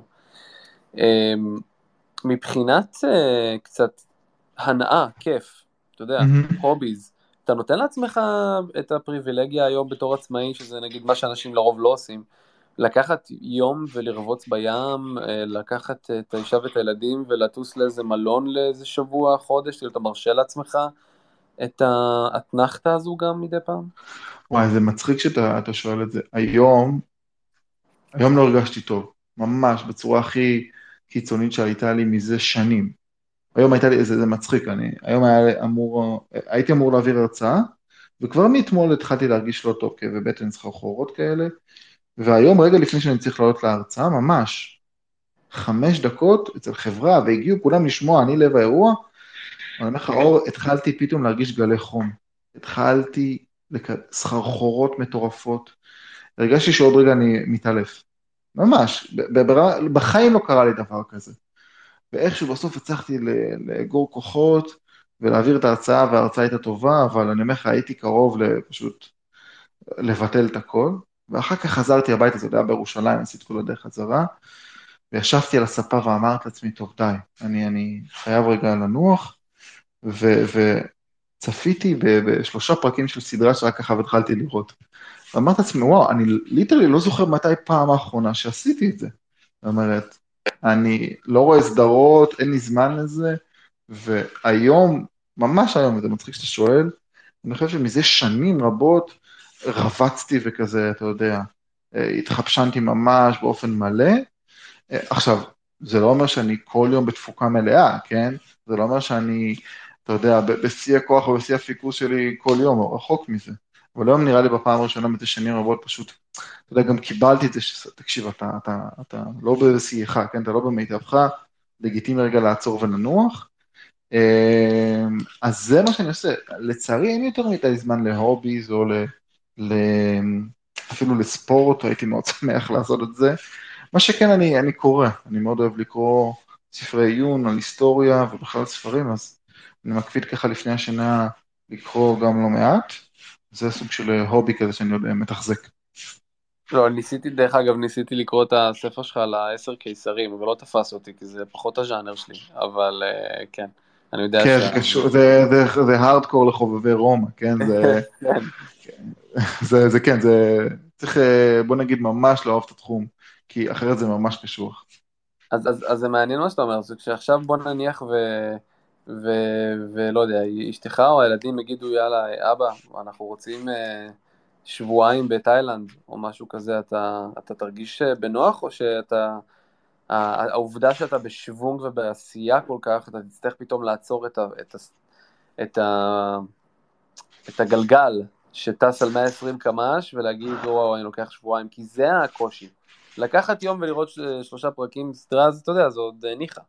[SPEAKER 1] אה, מבחינת אה, קצת הנאה, כיף, אתה יודע,
[SPEAKER 2] מהמם.
[SPEAKER 1] הוביז, אתה נותן לעצמך את הפריבילגיה היום בתור עצמאי, שזה נגיד מה שאנשים לרוב לא עושים, לקחת יום ולרבוץ בים, אה, לקחת את האישה ואת הילדים ולטוס לאיזה מלון לאיזה שבוע, חודש, כאילו אתה מרשה לעצמך את האתנחתה הזו גם מדי פעם?
[SPEAKER 2] וואי, זה מצחיק שאתה אתה שואל את זה. היום, היום לא הרגשתי טוב, ממש, בצורה הכי קיצונית שהייתה לי מזה שנים. היום הייתה לי, זה, זה מצחיק, אני, היום היה לי אמור, הייתי אמור להעביר הרצאה, וכבר מאתמול התחלתי להרגיש לא טוב, כאבי בטן סחרחורות כאלה, והיום, רגע לפני שאני צריך לעלות להרצאה, ממש, חמש דקות אצל חברה, והגיעו כולם לשמוע, אני לב האירוע, אני אומר לך, אור, התחלתי פתאום להרגיש גלי חום, התחלתי לק... סחרחורות מטורפות, הרגשתי שעוד רגע אני מתעלף, ממש, ב- ב- בחיים לא קרה לי דבר כזה. ואיכשהו בסוף הצלחתי ל- לאגור כוחות ולהעביר את ההרצאה, וההרצאה הייתה טובה, אבל אני אומר לך, הייתי קרוב לפשוט לבטל את הכל, ואחר כך חזרתי הביתה, זה היה בירושלים, עשיתי כל הדרך חזרה, וישבתי על הספה ואמרתי לעצמי, טוב די, אני, אני חייב רגע לנוח, ו, וצפיתי ב- בשלושה פרקים של סדרה שרק ככה התחלתי לראות. ואמרתי לעצמי, וואו, אני ליטרלי לא זוכר מתי פעם האחרונה שעשיתי את זה. זאת אומרת, אני לא רואה סדרות, אין לי זמן לזה, והיום, ממש היום, וזה מצחיק שאתה שואל, אני חושב שמזה שנים רבות רבצתי וכזה, אתה יודע, אה, התחפשנתי ממש באופן מלא. אה, עכשיו, זה לא אומר שאני כל יום בתפוקה מלאה, כן? זה לא אומר שאני, אתה יודע, ב- בשיא הכוח ובשיא הפיקוס שלי כל יום, או רחוק מזה. אבל היום נראה לי בפעם הראשונה מזה שנים רבות פשוט, אתה יודע, גם קיבלתי את זה, ש- תקשיב, אתה, אתה, אתה לא בשיאך, כן? אתה לא במיטבך, לגיטימי רגע לעצור ולנוח. אמ, אז זה מה שאני עושה. לצערי אין יותר מדי זמן להוביז או ל... ל... אפילו לספורט, הייתי מאוד שמח לעשות את זה. מה שכן אני, אני קורא, אני מאוד אוהב לקרוא ספרי עיון על היסטוריה ובכלל ספרים, אז אני מקפיד ככה לפני השינה לקרוא גם לא מעט. זה סוג של הובי כזה שאני עוד מתחזק.
[SPEAKER 1] לא, ניסיתי, דרך אגב, ניסיתי לקרוא את הספר שלך על העשר קיסרים, אבל לא תפס אותי, כי זה פחות הז'אנר שלי, אבל אה, כן, אני יודע
[SPEAKER 2] כן,
[SPEAKER 1] שה...
[SPEAKER 2] זה קשור, זה, זה, זה הארדקור לחובבי רומא, כן, זה,
[SPEAKER 1] כן.
[SPEAKER 2] זה, זה כן, זה צריך, אה, בוא נגיד, ממש לאהוב את התחום, כי אחרת זה ממש קשוח.
[SPEAKER 1] אז, אז, אז זה מעניין מה שאתה אומר, זה כשעכשיו בוא נניח ו... ו... ולא יודע, אשתך או הילדים יגידו, יאללה, אבא, אנחנו רוצים אה, שבועיים בתאילנד, או משהו כזה, אתה, אתה תרגיש אה, בנוח, או שאתה... ה- העובדה שאתה בשוונג ובעשייה כל כך, אתה תצטרך פתאום לעצור את, ה, את, ה, את, ה, את הגלגל שטס על מאה ועשרים קמ"ש ולהגיד, וואו, אני לוקח שבועיים, כי זה הקושי. לקחת יום ולראות ש- שלושה פרקים סדרה, אז אתה יודע, זה עוד אה, ניחא.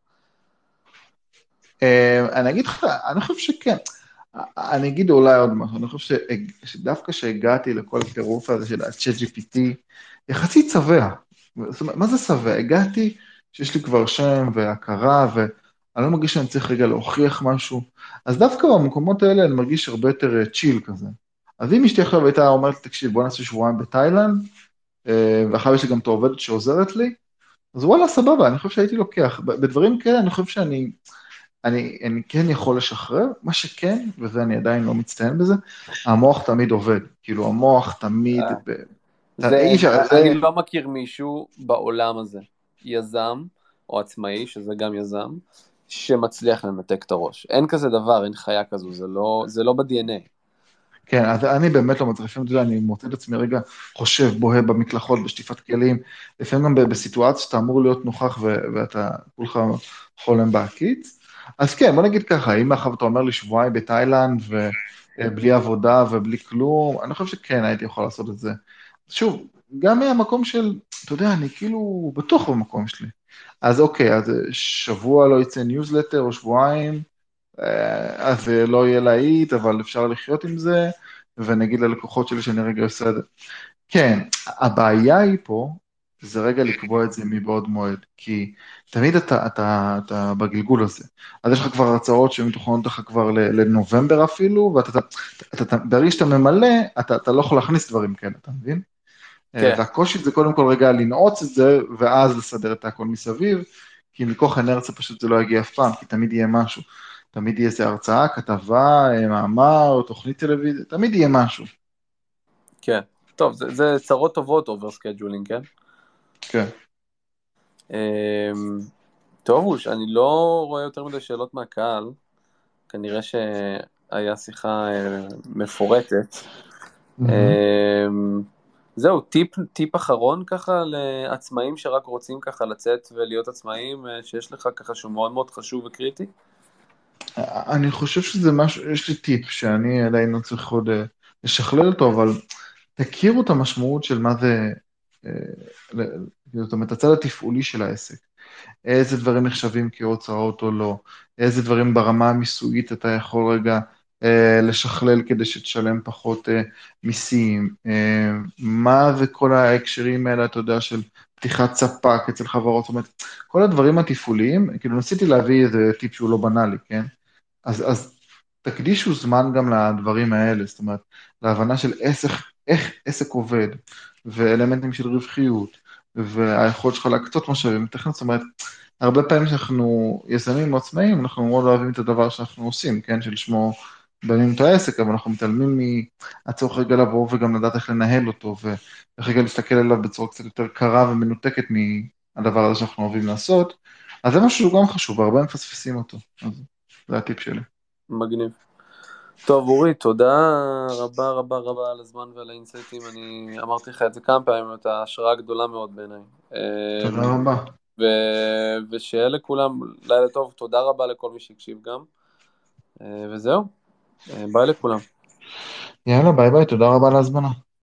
[SPEAKER 2] אה, אני אגיד לך, אני חושב שכן, אני אגיד אולי עוד משהו, אני חושב ש- שדווקא שהגעתי לכל הטירוף הזה של ה-צ'אט ג'י פי טי, יחסית שבע. זאת אומרת, מה זה שבע? הגעתי שיש לי כבר שם והכרה, ואני לא מרגיש שאני צריך רגע להוכיח משהו, אז דווקא במקומות האלה אני מרגיש הרבה יותר צ'יל כזה. אז אם אשתי עכשיו הייתה אומרת, תקשיב, בוא נעשה שבועיים בתאילנד, אה, ואחר יש לי גם את העובדת שעוזרת לי, אז וואלה, סבבה, אני חושב שהייתי לוקח. ב- בדברים כאלה אני חושב שאני אני, אני כן יכול לשחרר, מה שכן, וזה אני עדיין לא מצטיין בזה, המוח תמיד עובד, כאילו המוח תמיד, ב...
[SPEAKER 1] זה,
[SPEAKER 2] אי אפשר,
[SPEAKER 1] אני
[SPEAKER 2] זה,
[SPEAKER 1] לא מכיר מישהו בעולם הזה, יזם או עצמאי, שזה גם יזם, שמצליח לנתק את הראש. אין כזה דבר, אין חיה כזו, זה לא, זה לא ב-די אן איי.
[SPEAKER 2] כן, אז אני באמת לא מצליח, לפעמים, אתה יודע, אני מוצא את עצמי רגע, חושב, בוהה במקלחות, בשטיפת כלים, לפעמים גם ב- בסיטואציה שאתה אמור להיות נוכח ו- ואתה כולך חולם בעקיץ, אז כן, בוא נגיד ככה, אם עכשיו אתה אומר לי שבועיים בתאילנד, ובלי עבודה ובלי כלום, אני חושב שכן, הייתי יכול לעשות את זה. שוב, גם מהמקום של, אתה יודע, אני כאילו בטוח במקום שלי. אז אוקיי, אז שבוע לא יצא ניוזלטר או שבועיים, אה, אז זה לא יהיה להיט, אבל אפשר לחיות עם זה, ונגיד ללקוחות שלי שאני רגע עושה את זה. כן, הבעיה היא פה, זה רגע לקבוע את זה מבעוד מועד, כי תמיד אתה, אתה, אתה בגלגול הזה. אז יש לך כבר הרצאות שהן מתוכננות לך כבר ל- לנובמבר אפילו, ואתה, אתה, אתה, אתה, ברגע שאתה ממלא, אתה, אתה לא יכול להכניס דברים כאלה, אתה מבין? אה,
[SPEAKER 1] כן,
[SPEAKER 2] והקושי זה קודם כל רגע לנעוץ את זה, ואז לסדר את הכל מסביב, כי מכוח אנרציה פשוט זה לא יגיע אף פעם, כי תמיד יהיה משהו. תמיד יהיה איזה הרצאה, כתבה, אה, מאמר, תוכנית טלוויזיה, תמיד יהיה משהו.
[SPEAKER 1] כן. טוב, זה, זה צרות טובות אובר סקייג'ולינג, כן?
[SPEAKER 2] כן.
[SPEAKER 1] אמ, טוב, אוש, אני לא רואה יותר מדי שאלות מהקהל, כנראה שהיה שיחה אה, מפורטת.
[SPEAKER 2] מהמם.
[SPEAKER 1] אמ, זהו, טיפ, טיפ אחרון ככה לעצמאים שרק רוצים ככה לצאת ולהיות עצמאים, אה, שיש לך ככה שהוא מאוד מאוד חשוב וקריטי?
[SPEAKER 2] אני חושב שזה משהו, יש לי טיפ שאני עדיין לא צריך עוד אה, לשכלל אותו, אבל תכירו את המשמעות של מה זה, אה, ל- זאת אומרת, הצד התפעולי של העסק. איזה דברים נחשבים כהוצאות או לא, איזה דברים ברמה המיסויית אתה יכול רגע אה, לשכלל כדי שתשלם פחות אה, מיסים, אה, מה וכל ההקשרים האלה, אתה יודע, של פתיחת ספק אצל חברות, זאת אומרת, כל הדברים התפעוליים, כאילו ניסיתי להביא איזה טיפ שהוא לא בנאלי, כן? אז, אז תקדישו זמן גם לדברים האלה, זאת אומרת, להבנה של עסק, איך עסק עובד, ואלמנטים של רווחיות, והיכולת שלך להקצות משאבים, תכף, זאת אומרת, הרבה פעמים שאנחנו יזמים או עצמאים, אנחנו מאוד אוהבים את הדבר שאנחנו עושים, כן, שלשמו בנים את העסק, אבל אנחנו מתעלמים מהצורך רגע לבוא וגם לדעת איך לנהל אותו, ואיך רגע להסתכל עליו בצורה קצת יותר קרה ומנותקת מהדבר הזה שאנחנו אוהבים לעשות, אז זה משהו שהוא גם חשוב, והרבה מפספסים אותו, אז זה הטיפ שלי.
[SPEAKER 1] מגניב. טוב, אורי, תודה רבה רבה רבה על הזמן ועל האינסייטים. אני אמרתי לך את זה כמה פעמים, אתה השראה גדולה מאוד בעיניי.
[SPEAKER 2] תודה
[SPEAKER 1] אמ,
[SPEAKER 2] רבה.
[SPEAKER 3] ו... ושיהיה לכולם לילה טוב, תודה רבה לכל מי שהקשיב גם, וזהו, ביי לכולם.
[SPEAKER 2] יאללה, ביי ביי, תודה רבה על ההזמנה.